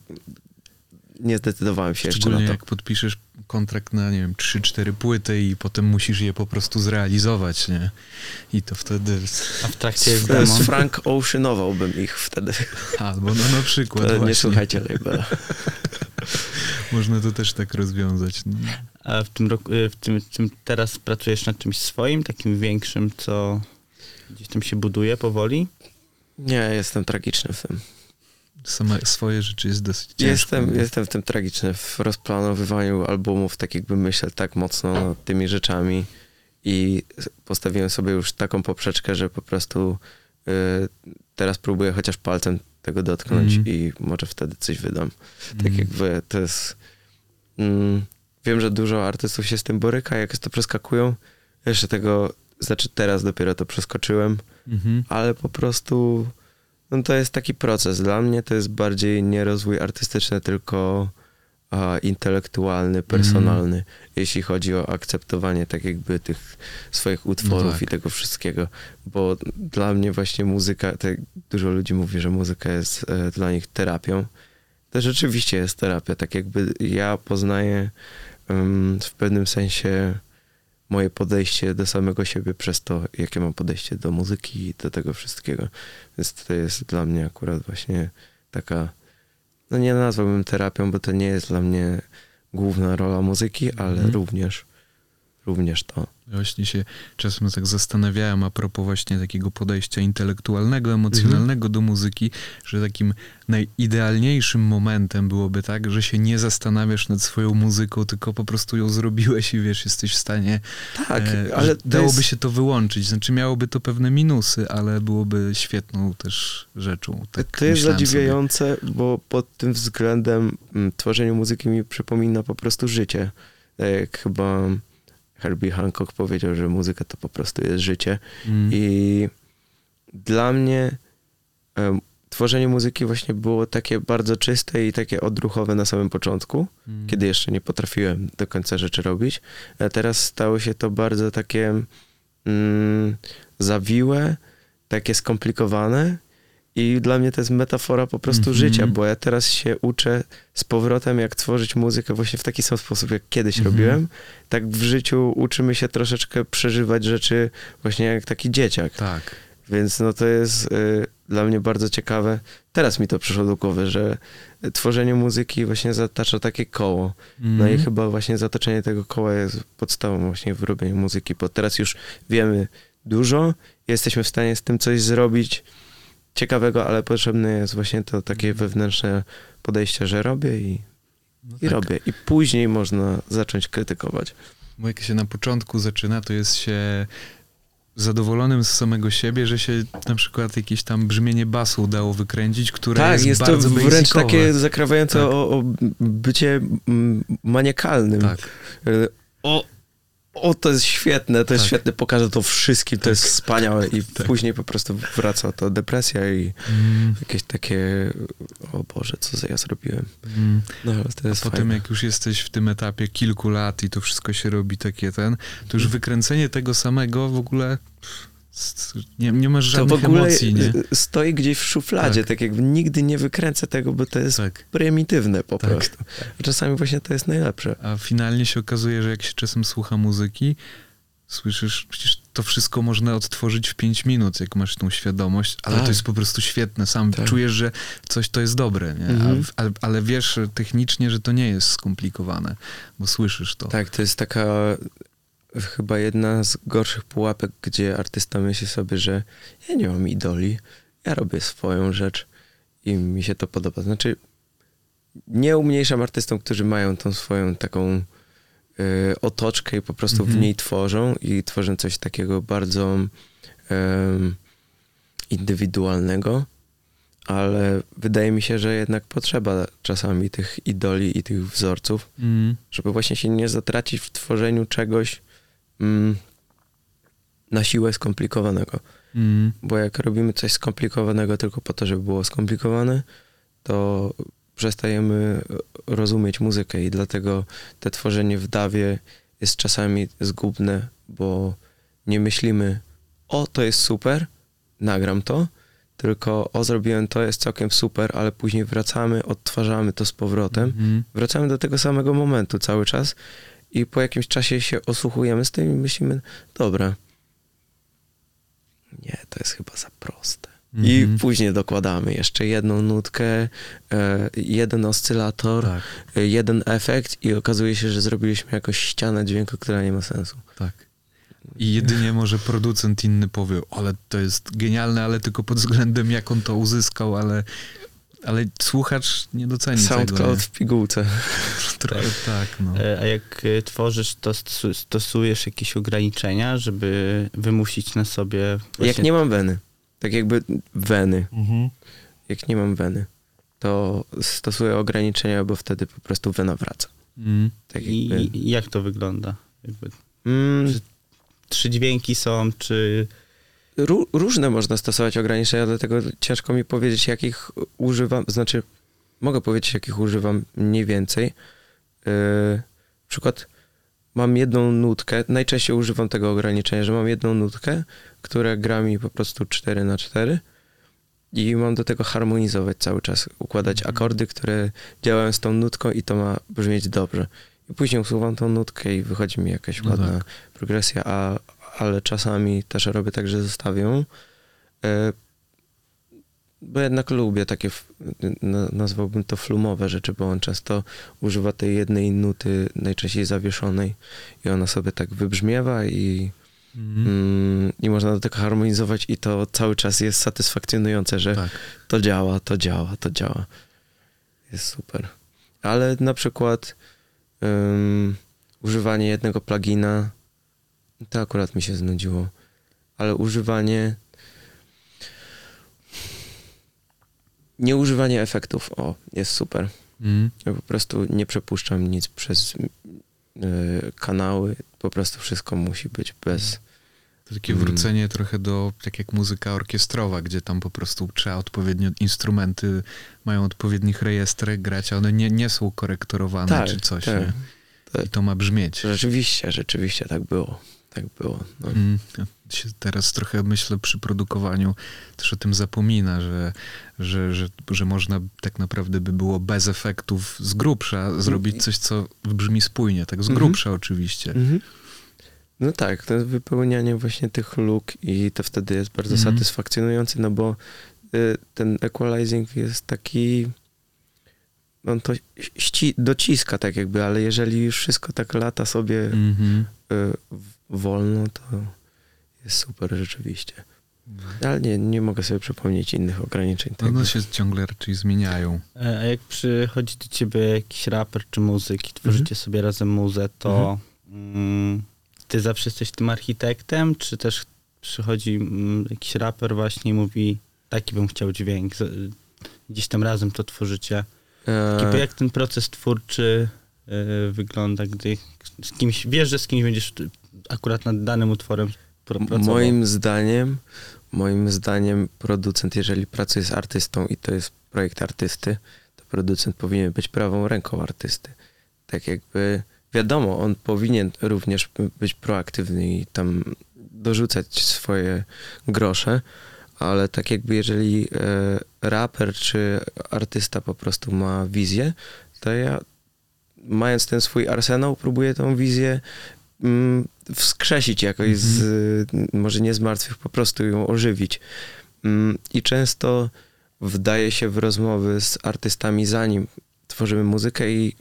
nie zdecydowałem się jeszcze
Szczególnie
na to.
jak podpiszesz kontrakt na, nie wiem, trzy cztery płyty i potem musisz je po prostu zrealizować, nie? I to wtedy...
A w trakcie jest
Z,
demo.
z Frank Oceanowałbym ich wtedy.
Albo no na przykład
To nie
właśnie.
słuchajcie labela.
Można to też tak rozwiązać. No.
A w tym roku, w tym, w tym teraz pracujesz nad czymś swoim, takim większym, co gdzieś tam się buduje powoli?
Nie, jestem tragiczny w tym.
Same swoje rzeczy jest dosyć ciężko.
Jestem, jestem w tym tragiczny, w rozplanowywaniu albumów, tak jakby myślę tak mocno nad tymi rzeczami i postawiłem sobie już taką poprzeczkę, że po prostu y, teraz próbuję chociaż palcem tego dotknąć
Mhm.
i może wtedy coś wydam. Tak
Mm.
jakby to jest... Mm, wiem, że dużo artystów się z tym boryka, jak to przeskakują. Jeszcze tego, znaczy teraz dopiero to przeskoczyłem,
Mhm.
ale po prostu no to jest taki proces. Dla mnie to jest bardziej nie rozwój artystyczny, tylko a, intelektualny, personalny,
Mm.
jeśli chodzi o akceptowanie tak jakby tych swoich utworów
No tak.
i tego wszystkiego. Bo dla mnie właśnie muzyka, tak dużo ludzi mówi, że muzyka jest e, dla nich terapią. To rzeczywiście jest terapia. Tak jakby ja poznaję em, w pewnym sensie moje podejście do samego siebie przez to, jakie mam podejście do muzyki i do tego wszystkiego. Więc to jest dla mnie akurat właśnie taka, no nie nazwałbym terapią, bo to nie jest dla mnie główna rola muzyki, ale
Mhm.
również, również to.
Właśnie się czasem tak zastanawiałem a propos właśnie takiego podejścia intelektualnego, emocjonalnego
Mhm.
do muzyki, że takim najidealniejszym momentem byłoby tak, że się nie zastanawiasz nad swoją muzyką, tylko po prostu ją zrobiłeś i wiesz, jesteś w stanie...
Tak,
e,
ale
że
to
dałoby
jest,
się to wyłączyć. Znaczy miałoby to pewne minusy, ale byłoby świetną też rzeczą. Tak
to jest
myślałem
zadziwiające, bo pod tym względem mm, tworzenie muzyki mi przypomina po prostu życie. Tak jak chyba Herbie Hancock powiedział, że muzyka to po prostu jest życie.
sobie. Mm.
I dla mnie em, tworzenie muzyki właśnie było takie bardzo czyste i takie odruchowe na samym początku,
Mm.
kiedy jeszcze nie potrafiłem do końca rzeczy robić. A teraz stało się to bardzo takie mm, zawiłe, takie skomplikowane I dla mnie to jest metafora po prostu
Mm-hmm.
życia, bo ja teraz się uczę z powrotem, jak tworzyć muzykę właśnie w taki sam sposób, jak kiedyś
Mm-hmm.
robiłem. Tak w życiu uczymy się troszeczkę przeżywać rzeczy właśnie jak taki dzieciak.
Tak.
Więc no to jest y, dla mnie bardzo ciekawe. Teraz mi to przyszło do głowy, że tworzenie muzyki właśnie zatacza takie koło.
Mm.
No i chyba właśnie zatoczenie tego koła jest podstawą właśnie w robieniu muzyki, bo teraz już wiemy dużo, jesteśmy w stanie z tym coś zrobić ciekawego, ale potrzebne jest właśnie to takie wewnętrzne podejście, że robię i,
No
i
tak.
robię. I później można zacząć krytykować.
Bo jak się na początku zaczyna, to jest się zadowolonym z samego siebie, że się na przykład jakieś tam brzmienie basu udało wykręcić, które
Tak,
jest,
jest to
bardzo
wręcz
basicowe.
takie zakrawające
Tak.
o, o bycie mm, maniakalnym.
Tak.
O, o, to jest świetne, to jest
Tak.
świetne, pokażę to wszystkim, to
Tak.
jest wspaniałe i
Tak.
później po prostu wraca to depresja i
Mm,
jakieś takie, o Boże, co za ja zrobiłem.
mm.
No ale to jest
Potem
fajne.
jak już jesteś w tym etapie kilku lat i to wszystko się robi takie ten, to już wykręcenie tego samego w ogóle pff, s- nie, nie masz
To w
żadnych
ogóle
emocji, nie?
stoi gdzieś w szufladzie,
Tak.
tak, jakby nigdy nie wykręcę tego, bo to jest
Tak.
prymitywne po
Tak.
prostu. A czasami właśnie to jest najlepsze.
A finalnie się okazuje, że jak się czasem słucha muzyki, słyszysz, przecież to wszystko można odtworzyć w pięć minut, jak masz tą świadomość, ale
Tak.
to jest po prostu świetne. Sam
Tak.
czujesz, że coś to jest dobre, nie?
Mhm.
A, ale, ale wiesz technicznie, że to nie jest skomplikowane, bo słyszysz to.
Tak, to jest taka chyba jedna z gorszych pułapek, gdzie artysta myśli sobie, że ja nie mam idoli, ja robię swoją rzecz i mi się to podoba. Znaczy, nie umniejszam artystom, którzy mają tą swoją taką y, otoczkę i po prostu
Mhm.
w niej tworzą i tworzą coś takiego bardzo em, indywidualnego, ale wydaje mi się, że jednak potrzeba czasami tych idoli i tych wzorców,
Mm.
żeby właśnie się nie zatracić w tworzeniu czegoś mm, na siłę skomplikowanego.
Mm.
Bo jak robimy coś skomplikowanego tylko po to, żeby było skomplikowane, to przestajemy rozumieć muzykę i dlatego te tworzenie w dawie jest czasami zgubne, bo nie myślimy, o, to jest super, nagram to, tylko o, zrobiłem to, jest całkiem super, ale później wracamy, odtwarzamy to z powrotem,
Mm.
wracamy do tego samego momentu cały czas i po jakimś czasie się osłuchujemy z tym i myślimy, dobra, nie, to jest chyba za proste. I
Mhm.
później dokładamy jeszcze jedną nutkę, e, jeden oscylator,
Tak,
e, jeden efekt i okazuje się, że zrobiliśmy jakąś ścianę dźwięku, która nie ma sensu.
tak. I jedynie może producent inny powie, ale to jest genialne, ale tylko pod względem jak on to uzyskał, ale, ale słuchacz nie doceni
SoundCloud
tego.
w pigułce.
Nie? Trochę tak, no.
E, A jak e, tworzysz, to stosu- stosujesz jakieś ograniczenia, żeby wymusić na sobie...
Jak
właśnie-
nie mam weny, tak jakby weny,
Mhm.
jak nie mam weny, to stosuję ograniczenia, bo wtedy po prostu wena wraca.
Mm.
Tak jakby,
I, I jak to wygląda? Jakby
mm,
trzy dźwięki są, czy...
Ró- różne można stosować ograniczenia, dlatego ciężko mi powiedzieć, jakich używam, znaczy mogę powiedzieć, jakich używam mniej więcej. Yy, na przykład mam jedną nutkę, najczęściej używam tego ograniczenia, że mam jedną nutkę, która gra mi po prostu cztery na cztery i mam do tego harmonizować cały czas, układać akordy, które działają z tą nutką i to ma brzmieć dobrze. I później usuwam tą nutkę i wychodzi mi jakaś
No
ładna
tak.
progresja, a, ale czasami też robię tak, że zostawię ją, e, bo jednak lubię takie, f- na- nazwałbym to flumowe rzeczy, bo on często używa tej jednej nuty, najczęściej zawieszonej i ona sobie tak wybrzmiewa i,
Mhm.
mm, i można do tego harmonizować i to cały czas jest satysfakcjonujące, że
Tak.
to działa, to działa, to działa. Jest super. Ale na przykład um, używanie jednego plugina, to akurat mi się znudziło, ale używanie nieużywanie efektów, o, jest super.
Mm.
Ja po prostu nie przepuszczam nic przez y, kanały, po prostu wszystko musi być bez...
To takie
Mm.
wrócenie trochę do, tak jak muzyka orkiestrowa, gdzie tam po prostu trzeba odpowiednio, instrumenty mają odpowiednich rejestrach grać, a one nie, nie są korektorowane
Tak,
czy coś,
tak.
nie?
Tak.
I to ma brzmieć.
Rzeczywiście, rzeczywiście tak było. tak było. No.
Mm, ja się teraz trochę myślę przy produkowaniu, też o tym zapomina, że, że, że, że można tak naprawdę by było bez efektów z grubsza zrobić coś, co brzmi spójnie, tak z grubsza mm-hmm. oczywiście.
Mm-hmm. No tak, to wypełnianie właśnie tych luk i to wtedy jest bardzo mm-hmm. satysfakcjonujące, no bo y, ten equalizing jest taki, on to ści- dociska tak jakby, ale jeżeli już wszystko tak lata sobie mm-hmm. y, wolno, to jest super rzeczywiście. Ale nie, nie mogę sobie przypomnieć innych ograniczeń.
No one się ciągle raczej zmieniają.
A jak przychodzi do ciebie jakiś raper czy muzyk i tworzycie mm-hmm. sobie razem muzę, to mm-hmm. mm, ty zawsze jesteś tym architektem, czy też przychodzi mm, jakiś raper właśnie i mówi, taki bym chciał dźwięk, gdzieś tam razem to tworzycie. Eee. Jak ten proces twórczy y, wygląda, gdy z kimś, wiesz, że z kimś będziesz akurat nad danym utworem pracował?
Moim zdaniem, moim zdaniem producent, jeżeli pracuje z artystą i to jest projekt artysty, to producent powinien być prawą ręką artysty. Tak jakby, wiadomo, on powinien również być proaktywny i tam dorzucać swoje grosze, ale tak jakby jeżeli e, raper czy artysta po prostu ma wizję, to ja mając ten swój arsenał, próbuję tą wizję mm, wskrzesić jakoś, mm-hmm. z, może nie z martwych, po prostu ją ożywić. Mm, I często wdaję się w rozmowy z artystami, zanim tworzymy muzykę i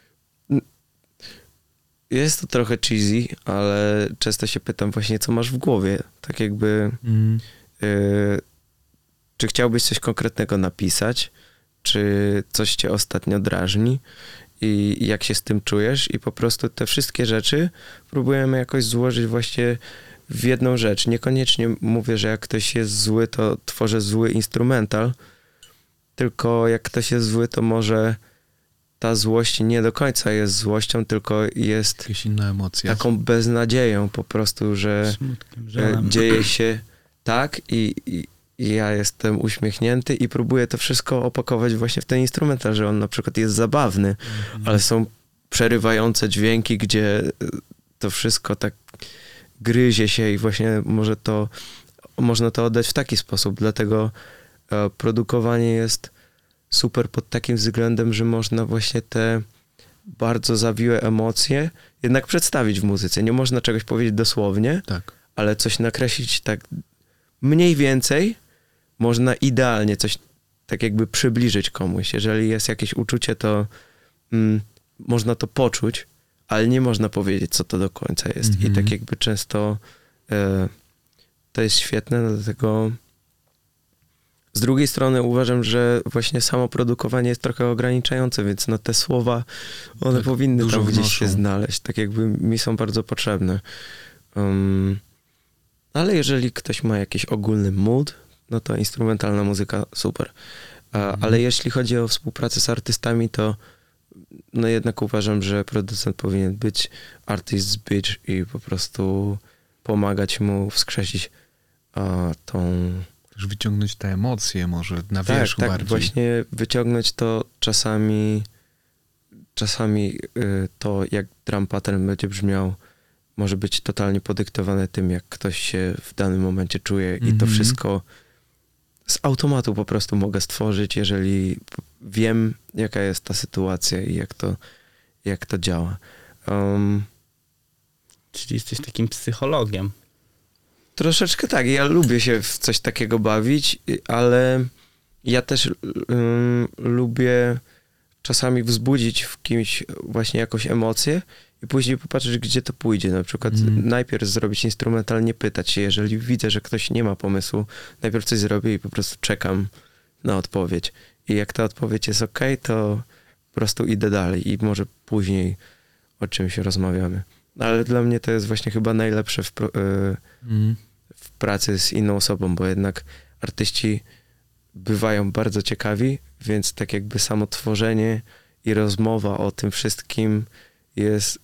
jest to trochę cheesy, ale często się pytam właśnie, co masz w głowie. Tak jakby mm. y, czy chciałbyś coś konkretnego napisać, czy coś cię ostatnio drażni i jak się z tym czujesz i po prostu te wszystkie rzeczy próbujemy jakoś złożyć właśnie w jedną rzecz. Niekoniecznie mówię, że jak ktoś jest zły, to tworzę zły instrumental, tylko jak ktoś jest zły, to może ta złość nie do końca jest złością, tylko jest
jakaś inna emocja.
Taką beznadzieją po prostu, że Smutkiem, dzieje się tak i, i, i ja jestem uśmiechnięty i próbuję to wszystko opakować właśnie w ten instrumental, że on na przykład jest zabawny, mm. ale są przerywające dźwięki, gdzie to wszystko tak gryzie się i właśnie może to, można to oddać w taki sposób, dlatego e, produkowanie jest super pod takim względem, że można właśnie te bardzo zawiłe emocje jednak przedstawić w muzyce. Nie można czegoś powiedzieć dosłownie,
tak.
ale coś nakreślić tak mniej więcej, można idealnie coś tak jakby przybliżyć komuś. Jeżeli jest jakieś uczucie, to mm, można to poczuć, ale nie można powiedzieć, co to do końca jest. Mm-hmm. I tak jakby często e, to jest świetne, dlatego z drugiej strony uważam, że właśnie samo produkowanie jest trochę ograniczające, więc no te słowa, one tak, powinny tam gdzieś się znaleźć. Tak jakby mi są bardzo potrzebne. Um, ale jeżeli ktoś ma jakiś ogólny mood, no to instrumentalna muzyka super. A, mhm. Ale jeśli chodzi o współpracę z artystami, to no jednak uważam, że producent powinien być artist's bitch i po prostu pomagać mu wskrzesić a, tą...
Też wyciągnąć te emocje może na wierzchu
tak,
bardziej.
Tak, właśnie wyciągnąć to czasami czasami y, to, jak drum pattern będzie brzmiał, może być totalnie podyktowane tym, jak ktoś się w danym momencie czuje mm-hmm. i to wszystko z automatu po prostu mogę stworzyć, jeżeli wiem, jaka jest ta sytuacja i jak to, jak to działa. Um,
Czyli jesteś takim psychologiem.
Troszeczkę tak. Ja lubię się w coś takiego bawić, ale ja też um, lubię czasami wzbudzić w kimś właśnie jakąś emocję i później popatrzeć, gdzie to pójdzie. Na przykład mm. najpierw zrobić instrumental, nie pytać się. Jeżeli widzę, że ktoś nie ma pomysłu, najpierw coś zrobię i po prostu czekam na odpowiedź. I jak ta odpowiedź jest okej, to po prostu idę dalej i może później o czymś rozmawiamy. Ale dla mnie to jest właśnie chyba najlepsze w, pro, mm. w pracy z inną osobą, bo jednak artyści bywają bardzo ciekawi, więc tak jakby samo tworzenie i rozmowa o tym wszystkim jest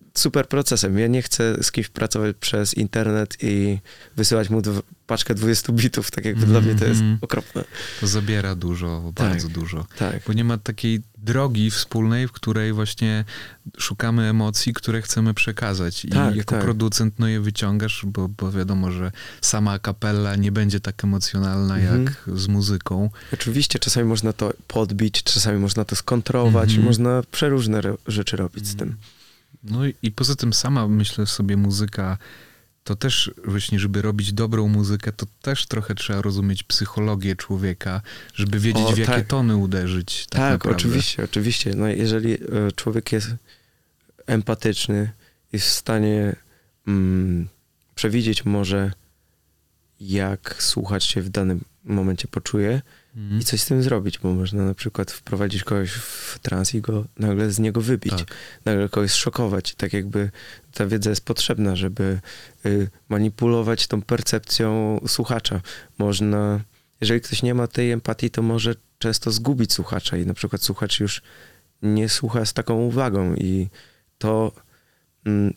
super procesem. Ja nie chcę z kimś pracować przez internet i wysyłać mu dw- paczkę dwadzieścia bitów, tak jakby mm-hmm. dla mnie to jest okropne.
To zabiera dużo,
tak,
bardzo dużo.
Tak.
Bo nie ma takiej drogi wspólnej, w której właśnie szukamy emocji, które chcemy przekazać. I
tak,
jako
tak.
producent no je wyciągasz, bo, bo wiadomo, że sama a cappella nie będzie tak emocjonalna mm-hmm. jak z muzyką.
Oczywiście czasami można to podbić, czasami można to skontrować, mm-hmm. można przeróżne re- rzeczy robić z tym.
No i, i poza tym sama, myślę sobie, muzyka, to też właśnie, żeby robić dobrą muzykę, to też trochę trzeba rozumieć psychologię człowieka, żeby wiedzieć,
o,
w jakie
tak.
tony uderzyć. Tak,
tak
naprawdę.
oczywiście, oczywiście. No, jeżeli y, człowiek jest empatyczny, jest w stanie mm, przewidzieć może, jak słuchacz się w danym momencie poczuje, i coś z tym zrobić, bo można na przykład wprowadzić kogoś w trans i go nagle z niego wybić.
Tak.
Nagle kogoś zszokować. Tak jakby ta wiedza jest potrzebna, żeby y, manipulować tą percepcją słuchacza. Można, jeżeli ktoś nie ma tej empatii, to może często zgubić słuchacza i na przykład słuchacz już nie słucha z taką uwagą i to mm,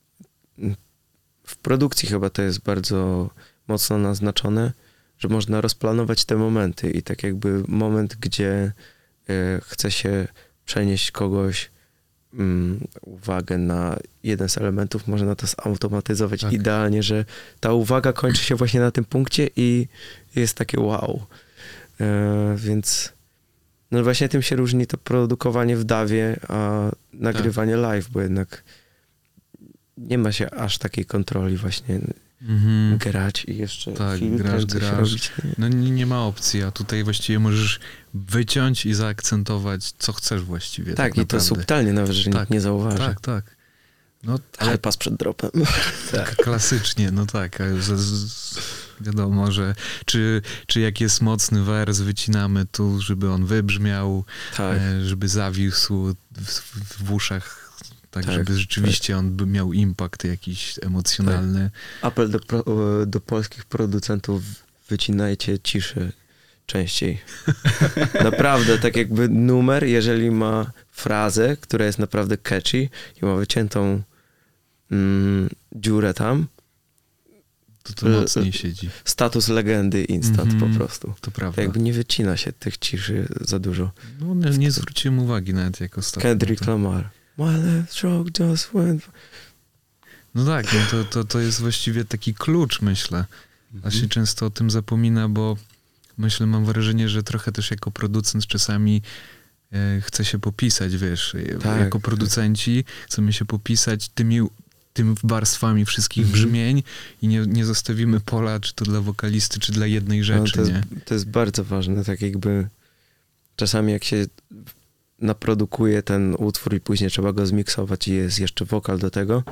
w produkcji chyba to jest bardzo mocno naznaczone, że można rozplanować te momenty i tak jakby moment, gdzie y, chce się przenieść kogoś um, uwagę na jeden z elementów, można to zautomatyzować tak. idealnie, że ta uwaga kończy się właśnie na tym punkcie i jest takie wow. Y, więc no właśnie tym się różni to produkowanie w dawie, a nagrywanie tak. live, bo jednak nie ma się aż takiej kontroli właśnie mm-hmm. grać i jeszcze
tak,
filtrem
grasz,
coś
grasz.
robić.
No nie, nie ma opcji, a tutaj właściwie możesz wyciąć i zaakcentować, co chcesz właściwie.
Tak,
tak
i to subtelnie nawet, że
tak,
nikt nie zauważy.
Tak, tak. No, ale
pas przed dropem.
Tak, klasycznie, no tak, ale z, z, wiadomo, że czy, czy jak jest mocny wers, wycinamy tu, żeby on wybrzmiał,
tak.
e, żeby zawisł w, w, w uszach, tak,
tak
żeby rzeczywiście tak. on by miał impact jakiś emocjonalny.
Tak. Apel do, pro, do polskich producentów, wycinajcie ciszę częściej. Naprawdę, tak jakby numer, jeżeli ma frazę, która jest naprawdę catchy i ma wyciętą mm, dziurę tam,
to to mocniej siedzi.
Status legendy instant mm-hmm, po prostu.
To prawda.
To jakby nie wycina się tych ciszy za dużo.
No nie, nie zwróciłem uwagi nawet jak ostatnio.
Kendrick Lamar. My left stroke just went...
No tak, no to, to, to jest właściwie taki klucz, myślę. A mm-hmm. się często o tym zapomina, bo myślę, mam wrażenie, że trochę też jako producent czasami e, chce się popisać, wiesz, tak, jako producenci tak. chcemy się popisać tymi, tymi warstwami wszystkich mm-hmm. brzmień i nie, nie zostawimy pola, czy to dla wokalisty, czy dla jednej rzeczy,
no, to,
nie?
Jest, to jest bardzo ważne, tak jakby czasami jak się naprodukuje ten utwór i później trzeba go zmiksować i jest jeszcze wokal do tego,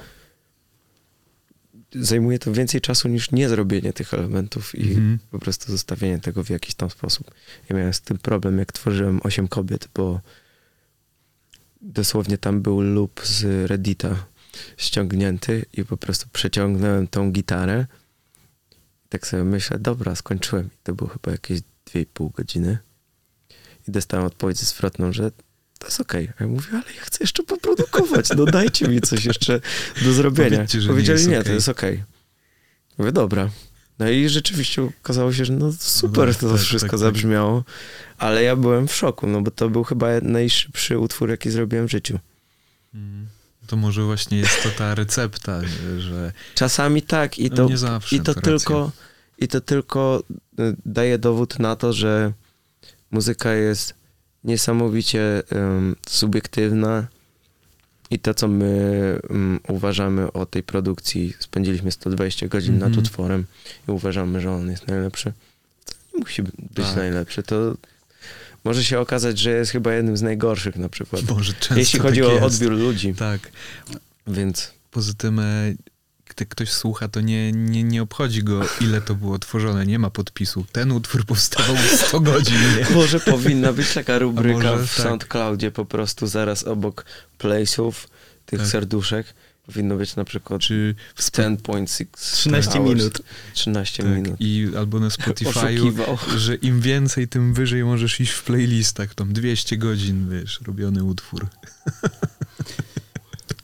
zajmuje to więcej czasu niż nie zrobienie tych elementów i mm-hmm. po prostu zostawienie tego w jakiś tam sposób. Ja miałem z tym problem, jak tworzyłem Osiem kobiet, bo dosłownie tam był loop z Reddita ściągnięty i po prostu przeciągnąłem tą gitarę. Tak sobie myślę, dobra, skończyłem. I to było chyba jakieś dwie i pół godziny. I dostałem odpowiedź zwrotną, że to jest okej. Okay. A ja mówię, ale ja chcę jeszcze poprodukować, no dajcie mi coś jeszcze do zrobienia. Powiedzieli, nie, nie okay. to jest okej. Okay. Mówię, dobra. No i rzeczywiście okazało się, że no super no, to tak, wszystko tak, zabrzmiało, tak. ale ja byłem w szoku, no bo to był chyba najszybszy utwór, jaki zrobiłem w życiu.
Mm. To może właśnie jest to ta recepta, że...
Czasami tak i to,
no nie zawsze,
i to, to tylko i to tylko daje dowód na to, że muzyka jest niesamowicie um, subiektywna i to, co my um, uważamy o tej produkcji, spędziliśmy sto dwadzieścia godzin mm-hmm. nad utworem i uważamy, że on jest najlepszy. To nie musi być tak. najlepszy. To może się okazać, że jest chyba jednym z najgorszych na przykład.
Boże,
jeśli chodzi
tak
o
jest.
odbiór ludzi.
Tak.
Więc...
Poza tym, gdy ktoś słucha, to nie, nie, nie obchodzi go, ile to było tworzone. Nie ma podpisu. Ten utwór powstawał sto godzin. Nie?
Może powinna być taka rubryka
może,
w
tak.
SoundCloudzie po prostu zaraz obok place'ów, tych tak. serduszek. Powinno być na przykład
czy w spo...
dziesięć przecinek sześć
trzynaście minut.
trzynaście
tak.
minut.
I albo na Spotify'u, że im więcej, tym wyżej możesz iść w playlistach. Tam dwieście godzin, wiesz, robiony utwór.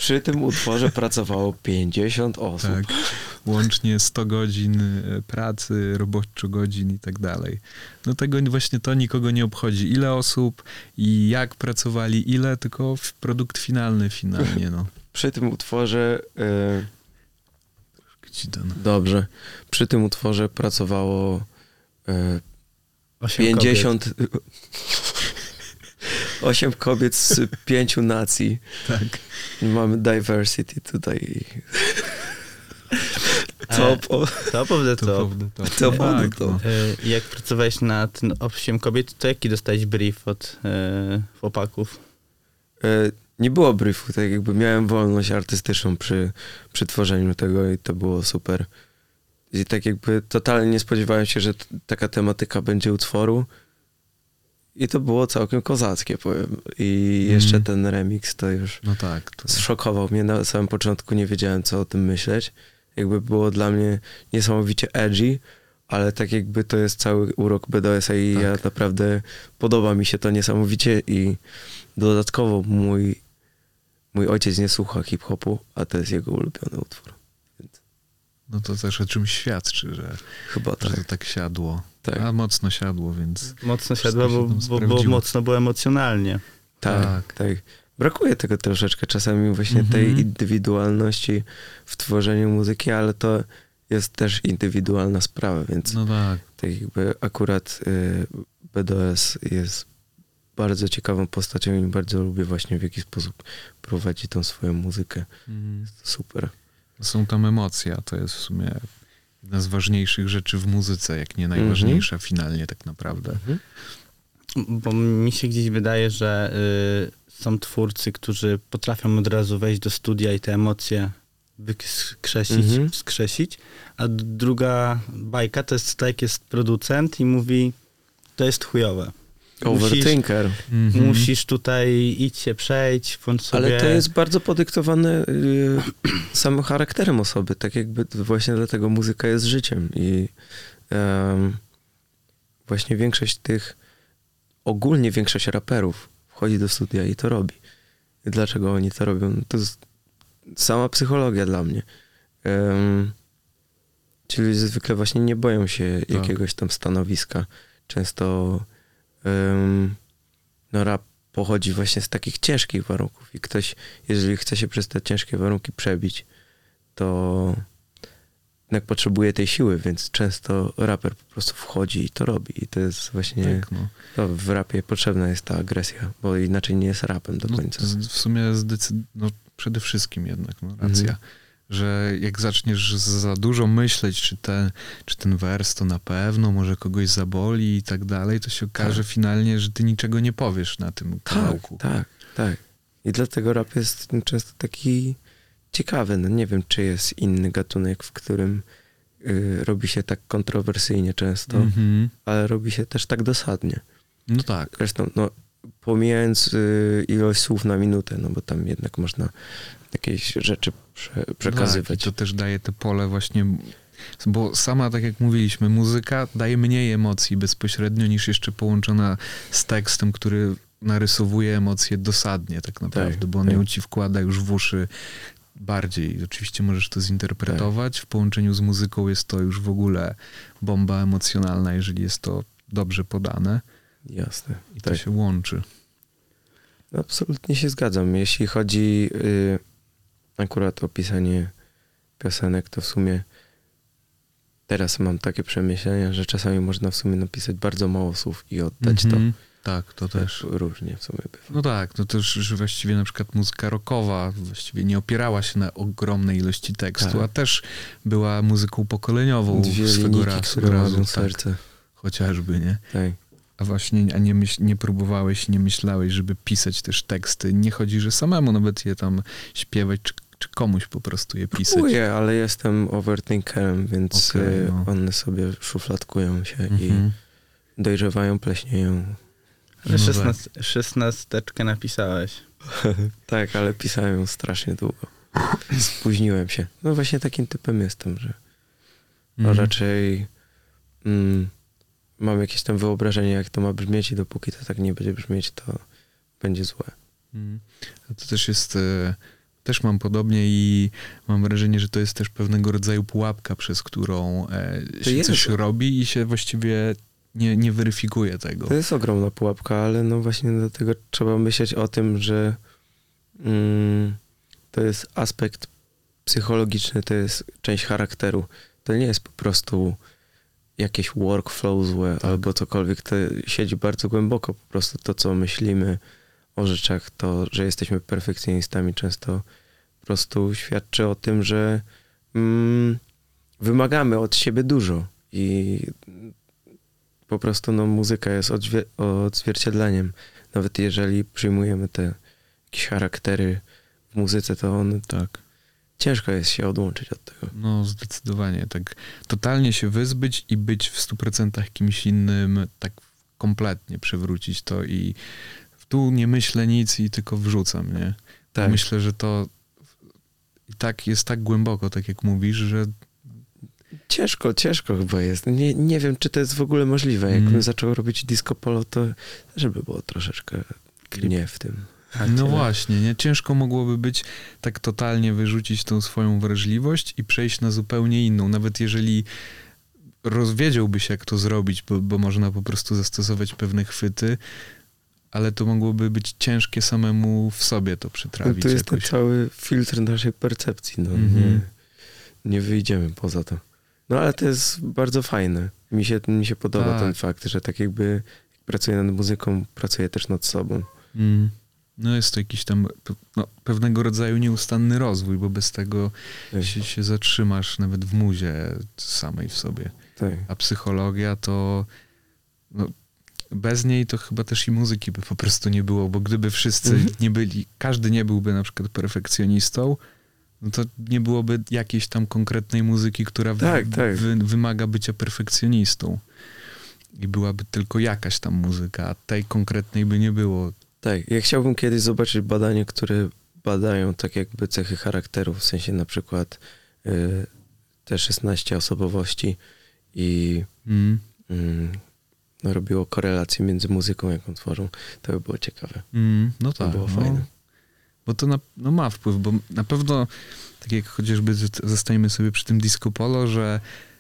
Przy tym utworze pracowało pięćdziesiąt osób.
Tak, łącznie sto godzin pracy, roboczo godzin i tak dalej. No tego właśnie to nikogo nie obchodzi. Ile osób i jak pracowali, ile, tylko produkt finalny finalnie, no.
Przy tym utworze... Yy,
Ci to, no.
Dobrze. Przy tym utworze pracowało yy, pięćdziesiąt... osiem kobiet z pięciu nacji.
Tak.
Mamy diversity tutaj. Top of,
top of the top.
Top of the top.
Top
No
of the
tak,
top.
no.
E, Jak pracowałeś nad osiem kobiet, to jaki dostałeś brief od e, chłopaków?
E, nie było briefu, tak jakby miałem wolność artystyczną przy, przy tworzeniu tego i to było super. I tak jakby totalnie nie spodziewałem się, że t- taka tematyka będzie utworu. I to było całkiem kozackie, powiem. I jeszcze
Mm.
ten remix to już
No tak. To...
zszokował mnie. Na samym początku nie wiedziałem, co o tym myśleć. Jakby było dla mnie niesamowicie edgy, ale tak jakby to jest cały urok B D S-a i
Tak.
ja naprawdę podoba mi się to niesamowicie i dodatkowo mój, mój ojciec nie słucha hip-hopu, a to jest jego ulubiony utwór. Więc
No to też o czymś świadczy, że,
chyba
że
tak.
to tak siadło.
Tak.
A mocno siadło, więc...
Mocno
Wszystko
siadła,
się
bo,
tam
bo, bo
sprawdziło.
mocno było emocjonalnie.
Tak,
Tak.
tak. Brakuje tego troszeczkę czasami właśnie tej
Mhm.
indywidualności w tworzeniu muzyki, ale to jest też indywidualna sprawa, więc
No tak.
tak jakby akurat y, B D S jest bardzo ciekawą postacią i bardzo lubię właśnie w jaki sposób prowadzi tą swoją muzykę.
Mhm.
Super.
Są tam emocje, a to jest w sumie jedna z ważniejszych rzeczy w muzyce, jak nie najważniejsza finalnie tak naprawdę.
Mhm.
Bo mi się gdzieś wydaje, że y, są twórcy, którzy potrafią od razu wejść do studia i te emocje wykrzesić,
Mhm.
wskrzesić, a d- druga bajka to jest tak, jest producent i mówi, to jest chujowe. Musisz,
Overthinker.
Mhm.
musisz tutaj idź się przejść, włącz sobie...
Ale to jest bardzo podyktowane y, samym charakterem osoby, tak jakby właśnie dlatego muzyka jest życiem i em, właśnie większość tych, ogólnie większość raperów wchodzi do studia i to robi. I dlaczego oni to robią? No to jest sama psychologia dla mnie. Em, czyli zwykle właśnie nie boją się
Tak.
jakiegoś tam stanowiska. Często em, no rap pochodzi właśnie z takich ciężkich warunków i ktoś, jeżeli chce się przez te ciężkie warunki przebić, to jednak potrzebuje tej siły, więc często raper po prostu wchodzi i to robi. I to jest właśnie,
Tak, no.
no, w rapie potrzebna jest ta agresja, bo inaczej nie jest rapem do
No,
końca.
z- w sumie zdecyd- no, przede wszystkim jednak, no, racja.
Mhm.
Że jak zaczniesz za dużo myśleć, czy ten, czy ten wers to na pewno może kogoś zaboli i tak dalej, to się okaże
Tak.
finalnie, że ty niczego nie powiesz na tym
Tak,
kawałku.
tak, tak. I dlatego rap jest często taki ciekawy. No nie wiem, czy jest inny gatunek, w którym y, robi się tak kontrowersyjnie często,
Mhm.
ale robi się też tak dosadnie.
No tak.
Zresztą, no, pomijając y, ilość słów na minutę, no bo tam jednak można jakieś rzeczy prze, przekazywać.
Tak, i to też daje te pole właśnie, bo sama, tak jak mówiliśmy, muzyka daje mniej emocji bezpośrednio niż jeszcze połączona z tekstem, który narysowuje emocje dosadnie tak naprawdę,
Tak,
bo on
tak.
ją ci wkłada już w uszy bardziej. Oczywiście możesz to zinterpretować. W połączeniu z muzyką jest to już w ogóle bomba emocjonalna, jeżeli jest to dobrze podane
Jasne.
i to
Tak.
się łączy.
Absolutnie się zgadzam. Jeśli chodzi y, akurat o pisanie piosenek, to w sumie teraz mam takie przemyślenia, że czasami można w sumie napisać bardzo mało słów i oddać
Mhm. Tak, to
to.
też.
Różnie w sumie bywa.
No tak, to też, że właściwie na przykład muzyka rockowa właściwie nie opierała się na ogromnej ilości tekstu,
Tak.
a też była muzyką pokoleniową
Dwie
swego
linijki,
razu,
które
razu
łapią
tak,
serce.
chociażby, nie?
Tak.
A właśnie, a nie, myśl, nie próbowałeś, nie myślałeś, żeby pisać też teksty. Nie chodzi, że samemu nawet je tam śpiewać, czy, czy komuś po prostu je pisać.
Próbuję, ale jestem overthinkerem, więc
Okej,
y,
no.
one sobie szufladkują się
Mhm.
i dojrzewają, pleśnieją.
Ale
No
szesnaст, szesnasteczkę napisałeś.
Tak, ale pisałem ją strasznie długo. Spóźniłem się. No właśnie takim typem jestem, że no
Mhm.
raczej mm, mam jakieś tam wyobrażenie, jak to ma brzmieć i dopóki to tak nie będzie brzmieć, to będzie złe.
Mhm. A to też jest e, też mam podobnie i mam wrażenie, że to jest też pewnego rodzaju pułapka, przez którą e, się
jest.
coś robi i się właściwie nie, nie weryfikuje tego.
To jest ogromna pułapka, ale no właśnie dlatego trzeba myśleć o tym, że mm, to jest aspekt psychologiczny, to jest część charakteru. To nie jest po prostu jakieś workflow złe
Tak.
albo cokolwiek. To siedzi bardzo głęboko. Po prostu to, co myślimy o rzeczach, to, że jesteśmy perfekcjonistami często po prostu świadczy o tym, że mm, wymagamy od siebie dużo i po prostu no, muzyka jest odźwier- odzwierciedleniem. Nawet jeżeli przyjmujemy te jakieś charaktery w muzyce, to on
Tak.
ciężko jest się odłączyć od tego.
No zdecydowanie, tak totalnie się wyzbyć i być w stu procentach kimś innym, tak kompletnie przywrócić to i tu nie myślę nic i tylko wrzucam, nie?
Tak.
Myślę, że to i tak jest tak głęboko, tak jak mówisz, że
Ciężko, ciężko chyba jest. Nie, nie wiem, czy to jest w ogóle możliwe. Jakbym
Mm.
zaczął robić disco polo, to też by było troszeczkę nie w tym.
no właśnie, nie? Ciężko mogłoby być tak totalnie wyrzucić tą swoją wrażliwość i przejść na zupełnie inną. Nawet jeżeli rozwiedziałby się, jak to zrobić, bo, bo można po prostu zastosować pewne chwyty, ale to mogłoby być ciężkie samemu w sobie to przytrawić.
To jest ten
jakoś.
cały filtr naszej percepcji. No.
Mhm.
Nie, nie wyjdziemy poza to. No ale to jest bardzo fajne. Mi się, mi się podoba
Tak.
ten fakt, że tak jakby jak pracuję nad muzyką, pracuję też nad sobą.
Mm. No jest to jakiś tam pe- no, pewnego rodzaju nieustanny rozwój, bo bez tego
Tak.
się, się zatrzymasz nawet w muzie samej w sobie.
Tak.
A psychologia to no, bez niej to chyba też i muzyki by po prostu nie było, bo gdyby wszyscy
Mhm.
nie byli, każdy nie byłby na przykład perfekcjonistą, no to nie byłoby jakiejś tam konkretnej muzyki, która w,
Tak, tak.
Wy, wymaga bycia perfekcjonistą. I byłaby tylko jakaś tam muzyka, a tej konkretnej by nie było.
Tak, ja chciałbym kiedyś zobaczyć badania, które badają tak jakby cechy charakteru, w sensie na przykład y, te szesnaście osobowości i
Mm.
mm, no, robiło korelację między muzyką, jaką tworzą. To by było ciekawe.
Mm, no
To
tak.
było
no,
fajne.
Bo to na, no ma wpływ, bo na pewno, tak jak chociażby z- zostajemy sobie przy tym disco polo, że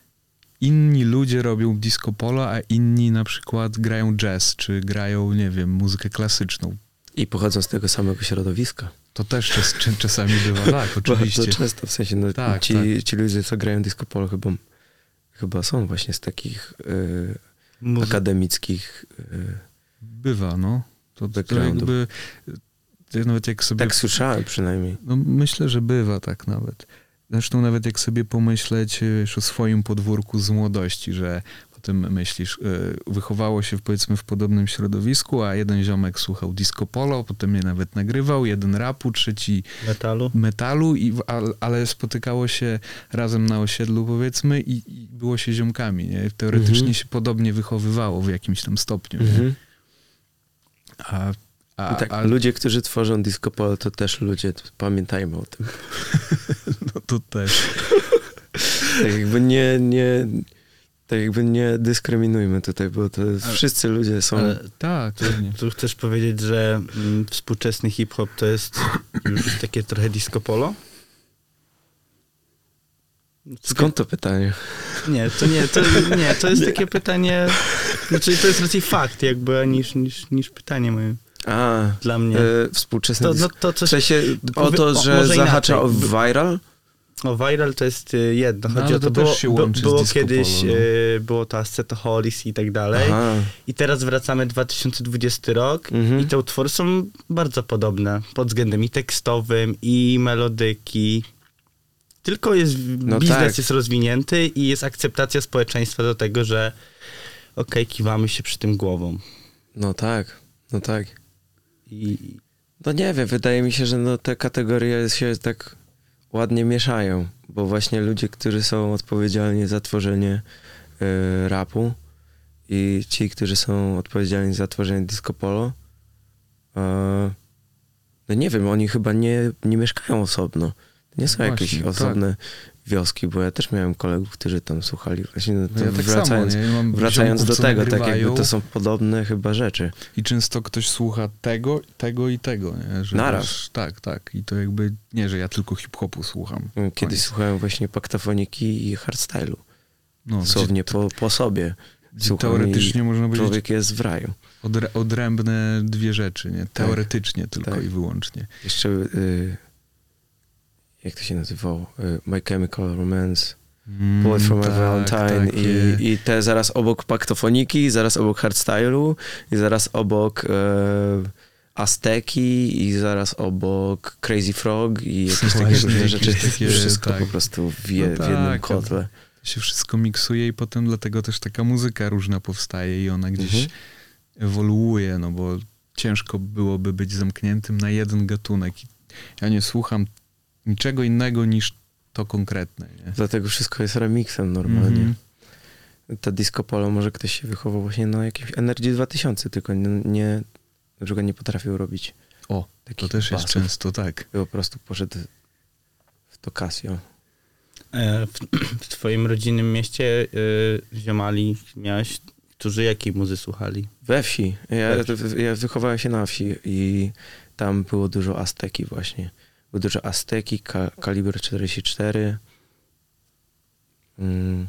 inni ludzie robią disco polo, a inni na przykład grają jazz, czy grają, nie wiem, muzykę klasyczną.
I pochodzą z tego samego środowiska.
To też czas, czas- czasami bywa, tak, oczywiście.
Bardzo często, w sensie no,
Tak,
ci,
tak.
ci ludzie, co grają disco polo, chyba, chyba są właśnie z takich y,
Muzy-
akademickich... Y,
Bywa, no. To, to
Backgroundu.
jakby, to nawet jak sobie...
tak słyszałem przynajmniej.
No myślę, że bywa tak nawet. Zresztą nawet jak sobie pomyśleć wiesz, o swoim podwórku z młodości, że potem myślisz, yy, wychowało się powiedzmy w podobnym środowisku, a jeden ziomek słuchał disco polo, potem mnie nawet nagrywał, jeden rapu, trzeci
metalu.
metalu, i, a, ale spotykało się razem na osiedlu powiedzmy i, i było się ziomkami. Nie? Teoretycznie
Mhm.
się podobnie wychowywało w jakimś tam stopniu. Nie?
Mhm.
A, a,
I tak,
a
ludzie, którzy tworzą disco polo, to też ludzie, to pamiętajmy o tym.
no to też.
Tak jakby nie, nie, tak jakby nie dyskryminujmy tutaj, bo to
Ale-
wszyscy ludzie są...
Ale
Tak, pewnie.
tu chcesz powiedzieć, że mm, współczesny hip-hop to jest już takie trochę disco polo?
Skąd to pytanie?
Nie, to nie, to, nie, to jest takie pytanie, znaczy to jest raczej fakt jakby niż, niż, niż pytanie moje
A,
dla mnie.
e, współczesny
To,
disco...
no, to
W
coś,
sensie o
powie-
to,
o,
że
może
zahacza o
inaczej.
viral?
o viral to jest y, jedno,
No,
chodzi
ale
o to,
to też
było,
się
bu-
łączy z
było
disco
kiedyś,
polo, no.
y, było to Ascetoholis i tak dalej
Aha.
i teraz wracamy dwa tysiące dwudziesty rok
Mhm.
i te utwory są bardzo podobne pod względem i tekstowym, i melodyki. Tylko jest
No
biznes
tak.
jest rozwinięty i jest akceptacja społeczeństwa do tego, że okej, kiwamy się przy tym głową.
No tak, no tak.
I
No nie wiem, wydaje mi się, że no te kategorie się tak ładnie mieszają, bo właśnie ludzie, którzy są odpowiedzialni za tworzenie y, rapu i ci, którzy są odpowiedzialni za tworzenie disco polo, y, no nie wiem, oni chyba nie, nie mieszkają osobno. To nie są
Właśnie,
jakieś
tak.
osobne wioski, bo ja też miałem kolegów, którzy tam słuchali. Właśnie no,
No ja tak
wracając
samo, nie? Mam
wracając
ziomków,
do
co
tego, tak
nagrywają.
jakby to są podobne chyba rzeczy.
I często ktoś słucha tego, tego i tego, nie? Że
Naraz.
Wiesz, tak, tak. I to jakby, nie, że ja tylko hip-hopu słucham.
Kiedyś
Koniec.
słuchałem właśnie paktafoniki i hardstylu.
No,
Dosłownie
gdzie,
po, po sobie.
gdzie
Słucham
teoretycznie można
i
powiedzieć
człowiek jest w raju.
odre, odrębne dwie rzeczy, nie? Teoretycznie tylko
tak.
i wyłącznie.
Jeszcze, y, jak to się nazywało? Y, My Chemical Romance,
Mm,
Bullet for My
tak,
Valentine
takie-
i, i te zaraz obok paktofoniki, zaraz obok hardstylu i zaraz obok e, Azteki i zaraz obok Crazy Frog i jakieś takie
Właśnie,
różne
jakieś
rzeczy.
takie,
Wszystko
tak.
po prostu w, je,
No
w jednym
tak,
kotle.
To się wszystko miksuje i potem dlatego też taka muzyka różna powstaje i ona gdzieś
Mhm.
ewoluuje, no bo ciężko byłoby być zamkniętym na jeden gatunek. Ja nie słucham niczego innego niż to konkretne, nie?
Dlatego wszystko jest remixem normalnie.
Mhm.
Ta disco polo, może ktoś się wychował właśnie na jakimś Energy dwa tysiące, tylko nie, nie na przykład nie potrafił robić
O, to
takich
też jest
basów.
często tak.
I po prostu poszedł w to Casio.
E, W, w twoim rodzinnym mieście y, ziomali miałeś, którzy jakiej muzy słuchali?
We wsi. Ja,
We wsi.
ja wychowałem się na wsi i tam było dużo Azteki właśnie. Było dużo Azteki, ka, kaliber czterdzieści cztery. Mm.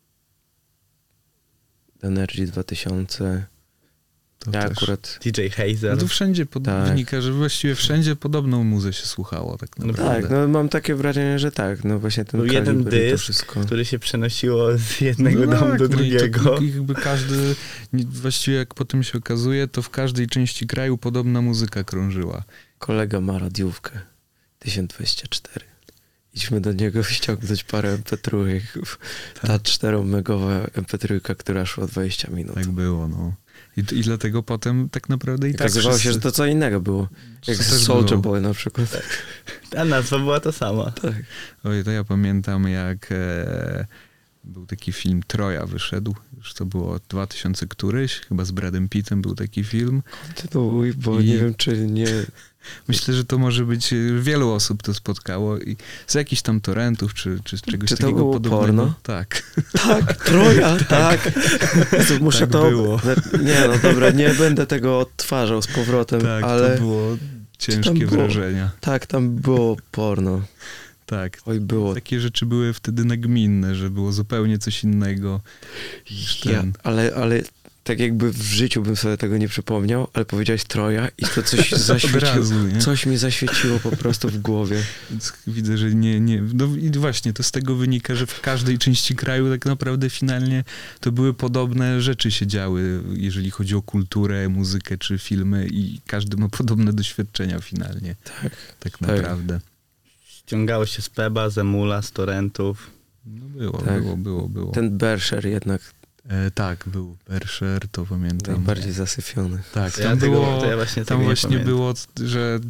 Energy dwa tysiące.
To
Ja
też.
akurat...
D J
No
Hazel.
to wszędzie pod...
Tak.
wynika, że właściwie wszędzie podobną muzę się słuchało tak
No
naprawdę.
Tak, no mam takie wrażenie, że tak. No właśnie ten
Był jeden
kaliber i to
dysk,
wszystko.
który się przenosiło z jednego
No
domu
tak,
do
no i to
drugiego.
jakby każdy, nie- właściwie jak potem się okazuje, to w każdej części kraju podobna muzyka krążyła.
Kolega ma radiówkę tysiąc dwadzieścia cztery. Idźmy do niego ściągnąć parę em pe trzy. Ta czteromegowa em pe trzy, która szła dwadzieścia minut.
Tak było, no. I, I dlatego potem tak naprawdę i
I
tak
okazywało się,
wszyscy-
że to co innego było. Jak
to też
Soulja
było.
Boy na przykład.
A nazwa była ta sama.
Tak.
Oj, to ja pamiętam, jak e, był taki film Troja wyszedł, już to było dwa tysiące któryś, chyba z Bradem Pittem był taki film.
Kontynuuj, bo
I-
nie wiem, czy nie...
Myślę, że to może być, e, wielu osób to spotkało i z jakichś tam torrentów, czy, czy z czegoś
Czy to
takiego
było
podobnego.
porno?
Tak.
Tak, Troja, tak. Jezu, muszę
Tak
to...
było.
Nie, no dobra, nie będę tego odtwarzał z powrotem,
Tak,
ale...
to było ciężkie
było?
wrażenia.
Tak, tam było porno.
Tak.
Oj, było.
Takie rzeczy były wtedy nagminne, że było zupełnie coś innego niż
Ja,
ten.
ale, ale tak jakby w życiu bym sobie tego nie przypomniał, ale powiedziałeś Troja i to coś zaświeciło.
Od razu, nie?
Coś mi zaświeciło po prostu w głowie.
Więc widzę, że nie, nie. No i właśnie to z tego wynika, że w każdej części kraju tak naprawdę finalnie to były podobne rzeczy się działy, jeżeli chodzi o kulturę, muzykę czy filmy i każdy ma podobne doświadczenia finalnie.
Tak.
Tak naprawdę.
Ściągało się z Peba, z Emula, z torrentów.
No było,
Tak.
było, było, było.
Ten Bersher jednak
E, tak, był Bersher, to pamiętam.
najbardziej zasyfiony.
Tak,
To
tam
ja tego-
było,
to ja właśnie tego
tam
nie
właśnie
pamiętam.
było, że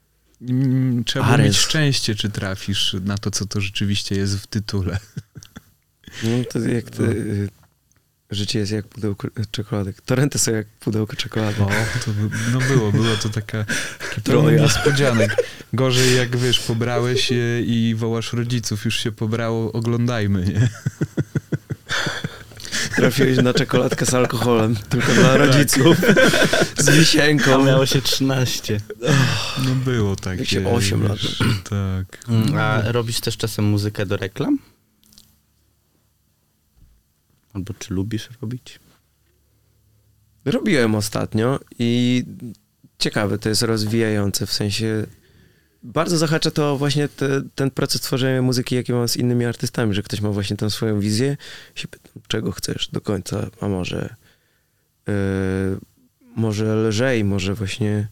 mm, trzeba było
Ares.
mieć szczęście, czy trafisz na to, co to rzeczywiście jest w tytule.
No to jak te, y, życie jest jak pudełko czekoladek. Torenty są jak pudełko czekoladek.
O, to by, no było, było to taka, taki pełno
Troja.
niespodzianek. Gorzej jak, wiesz, pobrałeś je i wołasz rodziców, już się pobrało, oglądajmy, nie?
Trafiłeś na czekoladkę z alkoholem, tylko dla rodziców. Z wisienką.
A miało się trzynaście.
No było takie.
Jak się osiem lat.
wiesz, Tak.
Mm, A robisz też czasem muzykę do reklam? Albo czy lubisz robić?
Robiłem ostatnio i ciekawe, to jest rozwijające, w sensie bardzo zahacza to właśnie te, ten proces tworzenia muzyki, jaki mam z innymi artystami, że ktoś ma właśnie tą swoją wizję i się pytam, czego chcesz do końca, a może yy, może lżej, może właśnie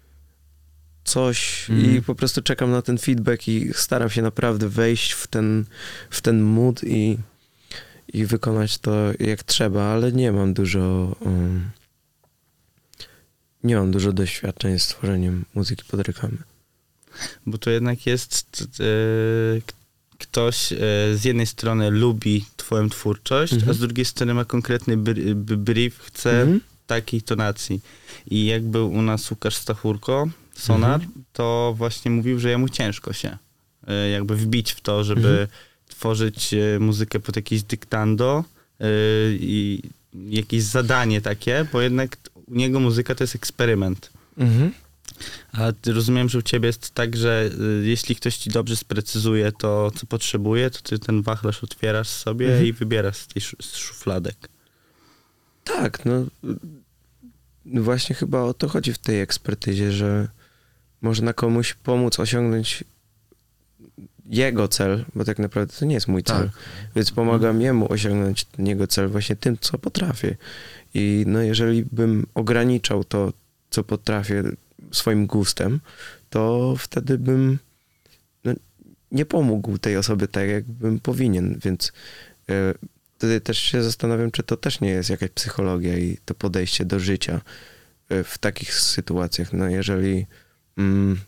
coś
Mm.
i po prostu czekam na ten feedback i staram się naprawdę wejść w ten, w ten mood i, i wykonać to jak trzeba, ale nie mam dużo um, nie mam dużo doświadczeń z tworzeniem muzyki pod reklamę.
Bo to jednak jest e, k- ktoś e, z jednej strony lubi twoją twórczość,
Mhm.
a z drugiej strony ma konkretny br- b- brief, chce
Mhm.
takiej tonacji. I jak był u nas Łukasz Stachurko, Sonar,
Mhm.
to właśnie mówił, że jemu ciężko się e, jakby wbić w to, żeby
Mhm.
tworzyć e, muzykę pod jakieś dyktando e, i jakieś zadanie takie, bo jednak u niego muzyka to jest eksperyment.
Mhm.
A rozumiem, że u ciebie jest tak, że y, jeśli ktoś ci dobrze sprecyzuje to, co potrzebuje, to ty ten wachlarz otwierasz sobie
Mhm.
i wybierasz z tej sz- z szufladek.
Tak, no no właśnie chyba o to chodzi w tej ekspertyzie, że można komuś pomóc osiągnąć jego cel, bo tak naprawdę to nie jest mój cel,
Tak.
więc pomagam jemu osiągnąć ten jego cel właśnie tym, co potrafię. I no jeżeli bym ograniczał to, co potrafię swoim gustem, to wtedy bym no, nie pomógł tej osobie tak, jak bym powinien, więc e, wtedy też się zastanawiam, czy to też nie jest jakaś psychologia i to podejście do życia e, w takich sytuacjach. No jeżeli mm,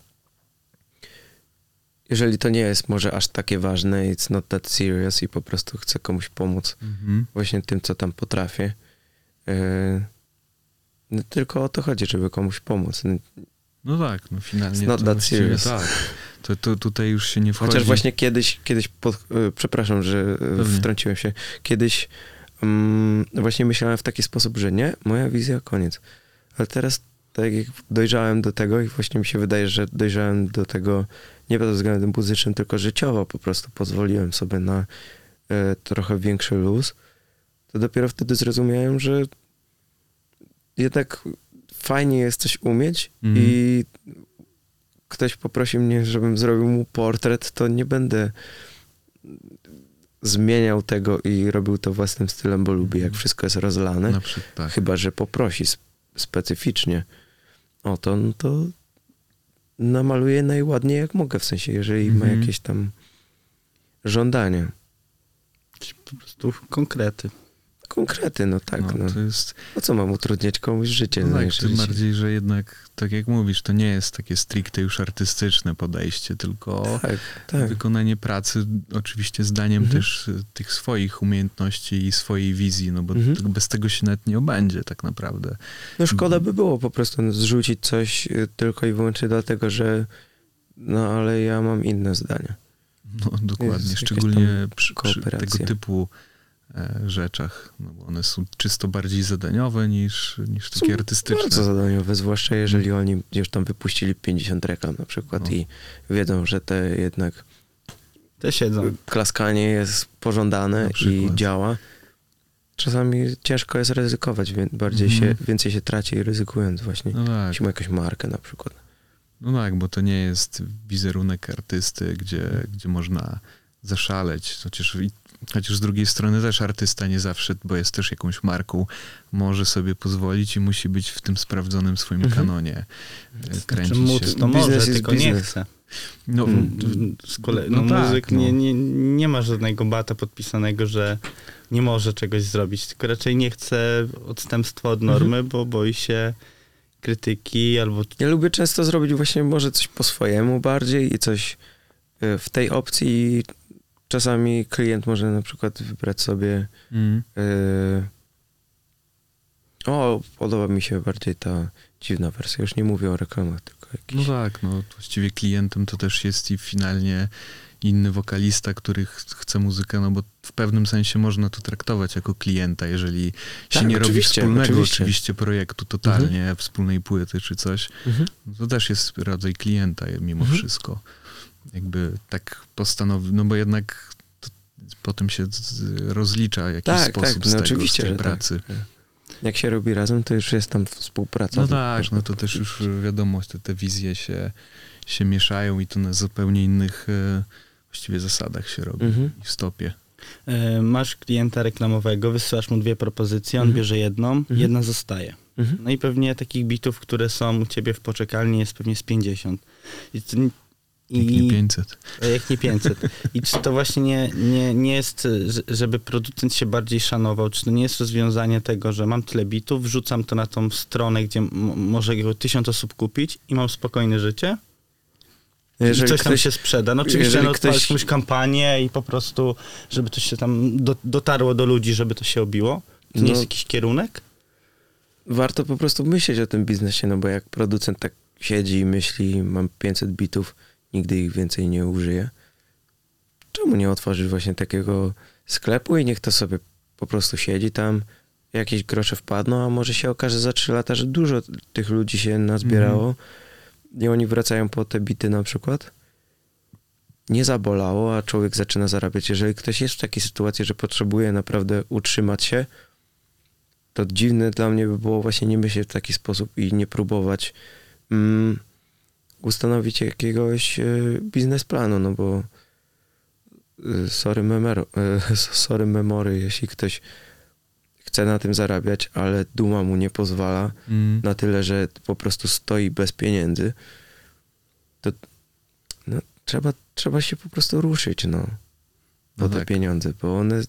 jeżeli to nie jest może aż takie ważne, it's not that serious i po prostu chcę komuś pomóc
Mhm.
właśnie tym, co tam potrafię. e, no, tylko o to chodzi, żeby komuś pomóc. No,
No tak, no finalnie
It's not
to
that
właściwie
serious.
tak. To, to tutaj już się nie wchodzi.
Chociaż właśnie kiedyś, kiedyś pod, y, przepraszam, że y,
Pewnie.
wtrąciłem się, kiedyś mm, właśnie myślałem w taki sposób, że nie, moja wizja, koniec. Ale teraz tak jak dojrzałem do tego i właśnie mi się wydaje, że dojrzałem do tego nie pod względem muzycznym, tylko życiowo po prostu pozwoliłem sobie na y, trochę większy luz, to dopiero wtedy zrozumiałem, że jednak fajnie jest coś umieć
Mhm.
i ktoś poprosi mnie, żebym zrobił mu portret, to nie będę zmieniał tego i robił to własnym stylem, bo lubię, jak wszystko jest rozlane.
Na przykład tak.
Chyba że poprosi sp- specyficznie o to, no to namaluję najładniej jak mogę, w sensie, jeżeli ma
Mhm.
jakieś tam żądanie.
Czyli po prostu konkrety.
Konkrety, no tak, no.
No, to jest,
Po co mam utrudniać komuś życie?
no
no,
tak,
jeżeli
tym
się-
bardziej, że jednak, tak jak mówisz, to nie jest takie stricte już artystyczne podejście, tylko
Tak, tak.
wykonanie pracy, oczywiście zdaniem
Mhm.
też y, tych swoich umiejętności i swojej wizji, no bo
Mhm.
to, bez tego się nawet nie obędzie tak naprawdę.
No szkoda by było po prostu zrzucić coś y, tylko i wyłącznie dlatego, że no ale ja mam inne zdanie.
No dokładnie,
Jest jakaś
szczególnie
tam
przy, przy
kooperacja.
tego typu e, rzeczach, no bo one są czysto bardziej zadaniowe niż, niż takie
Są
artystyczne.
Bardzo zadaniowe, zwłaszcza jeżeli oni już tam wypuścili pięćdziesiąt reklam na przykład
No.
i wiedzą, że te jednak
Te siedzą.
klaskanie jest pożądane
Na
i
przykład.
działa. Czasami ciężko jest ryzykować, więc bardziej
Mhm.
się, więcej się traci ryzykując właśnie.
No tak,
Jeśli ma jakąś markę na przykład.
no tak, bo to nie jest wizerunek artysty, gdzie, gdzie można zaszaleć. Chociaż, i- chociaż z drugiej strony też artysta nie zawsze, bo jest też jakąś marką, może sobie pozwolić i musi być w tym sprawdzonym swoim
Mhm.
kanonie. e, Kręcić
Znaczy, móc
się.
to
Biznes
może,
jest
tylko nie
biznes.
chce.
No,
Mm.
Z kolei,
No
no,
tak,
muzyk
no.
Nie, nie, nie ma żadnego bata podpisanego, że nie może czegoś zrobić, tylko raczej nie chce odstępstwa od normy, bo boi się krytyki albo...
Ja lubię często zrobić właśnie może coś po swojemu bardziej i coś y, w tej opcji. Czasami klient może na przykład wybrać sobie
mm.
y, o, podoba mi się bardziej ta dziwna wersja. Już nie mówię o reklamach, tylko
No
jakiś...
tak, no właściwie klientem to też jest i finalnie inny wokalista, który ch- chce muzykę, no bo w pewnym sensie można to traktować jako klienta, jeżeli się
Tak,
nie robi
oczywiście,
wspólnego
oczywiście.
oczywiście projektu totalnie, wspólnej płyty czy coś,
Mhm.
no to też jest rodzaj klienta mimo
Mhm.
wszystko. Jakby tak postanowił, no bo jednak to potem się z- rozlicza w jakiś
Tak,
sposób
tak,
z
no
tego,
oczywiście,
z tej
że tak.
pracy.
Jak się robi razem, to już jest tam współpraca.
No tak,
Można
no to też już wiadomo, te, te wizje się, się mieszają i to na zupełnie innych e, właściwie zasadach się robi
Mhm.
i w stopie.
E, masz klienta reklamowego, wysyłasz mu dwie propozycje, on
Mhm.
bierze jedną,
Mhm.
jedna zostaje.
Mhm.
No i pewnie takich bitów, które są u ciebie w poczekalni jest pewnie z pięćdziesiąt. I, to-
Jak nie pięćset.
e, jak nie pięćset. I czy to właśnie nie, nie, nie jest, że- żeby producent się bardziej szanował, czy to nie jest rozwiązanie tego, że mam tyle bitów, wrzucam to na tą stronę, gdzie m- może go tysiąc osób kupić i mam spokojne życie?
Jeżeli
I coś tam
ktoś,
się sprzeda. No oczywiście
jeżeli
no, odpalić
ktoś-
jakąś kampanię i po prostu, żeby to się tam do, dotarło do ludzi, żeby to się obiło. To nie
No.
jest jakiś kierunek?
warto po prostu myśleć o tym biznesie, no bo jak producent tak siedzi i myśli, mam pięćset bitów, nigdy ich więcej nie użyję. czemu nie otworzyć właśnie takiego sklepu i niech to sobie po prostu siedzi tam, jakieś grosze wpadną, a może się okaże za trzy lata, że dużo tych ludzi się nazbierało mm. i oni wracają po te bity na przykład. Nie zabolało, a człowiek zaczyna zarabiać. Jeżeli ktoś jest w takiej sytuacji, że potrzebuje naprawdę utrzymać się, to dziwne dla mnie by było właśnie nie myśleć w taki sposób i nie próbować mm, ustanowić jakiegoś y, biznesplanu, no bo y, sorry, memero, y, sorry memory, jeśli ktoś chce na tym zarabiać, ale duma mu nie pozwala mm. na tyle, że po prostu stoi bez pieniędzy, to no, trzeba, trzeba się po prostu ruszyć, no, po no te tak. pieniądze, bo one,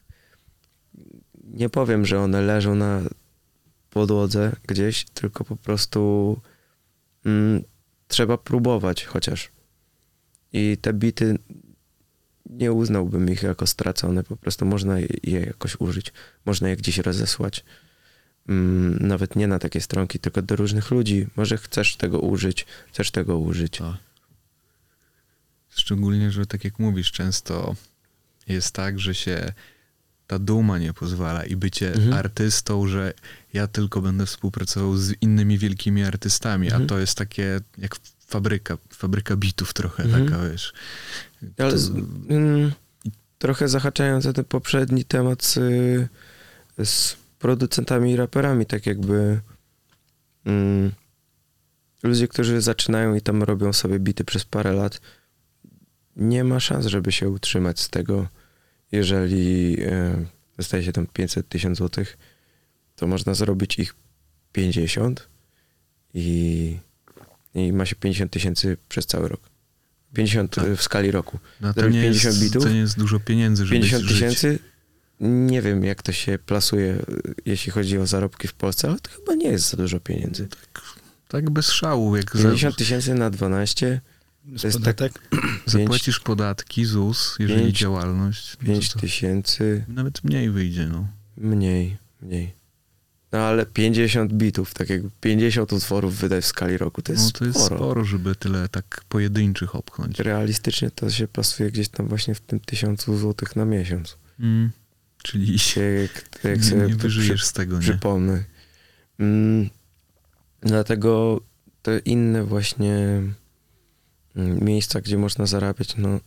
nie powiem, że one leżą na podłodze gdzieś, tylko po prostu mm, trzeba próbować chociaż. I te bity nie uznałbym ich jako stracone, po prostu można je jakoś użyć, można je gdzieś rozesłać. Mm, nawet nie na takie stronki, tylko do różnych ludzi. Może chcesz tego użyć, chcesz tego użyć.
A. Szczególnie, że tak jak mówisz, często jest tak, że się ta duma nie pozwala i bycie mhm. artystą, że ja tylko będę współpracował z innymi wielkimi artystami, mhm. a to jest takie jak fabryka, fabryka bitów trochę, mhm. taka wiesz.
Ale z, mm, trochę zahaczając o ten poprzedni temat z, z producentami i raperami, tak jakby mm, ludzie, którzy zaczynają i tam robią sobie bity przez parę lat, nie ma szans, żeby się utrzymać z tego. Jeżeli e, dostaje się tam pięćset tysięcy złotych, to można zrobić ich pięćdziesiąt i, i ma się pięćdziesiąt tysięcy przez cały rok. pięćdziesiąt tak. w skali roku.
No to, nie pięćdziesiąt jest, bitów, to nie jest dużo pieniędzy, żeby
pięćdziesiąt tysięcy, nie wiem jak to się plasuje, jeśli chodzi o zarobki w Polsce, ale to chyba nie jest za dużo pieniędzy.
Tak, tak bez szału. Jak
pięćdziesiąt tysięcy na dwanaście to jest tak...
Zapłacisz podatki, Z U S, jeżeli pięć, działalność.
pięć tysięcy...
Nawet mniej wyjdzie, no.
Mniej, mniej. No ale pięćdziesiąt bitów, tak jakby pięćdziesiąt utworów wydać w skali roku, to jest
no, to jest
sporo.
sporo, żeby tyle tak pojedynczych obchnąć.
Realistycznie to się pasuje gdzieś tam właśnie w tym tysiącu złotych na miesiąc.
Mm, czyli
jak, jak
nie,
sobie
nie wyżyjesz
przy,
z tego, nie?
Przypomnę. Mm, dlatego te inne właśnie miejsca, gdzie można zarabiać, no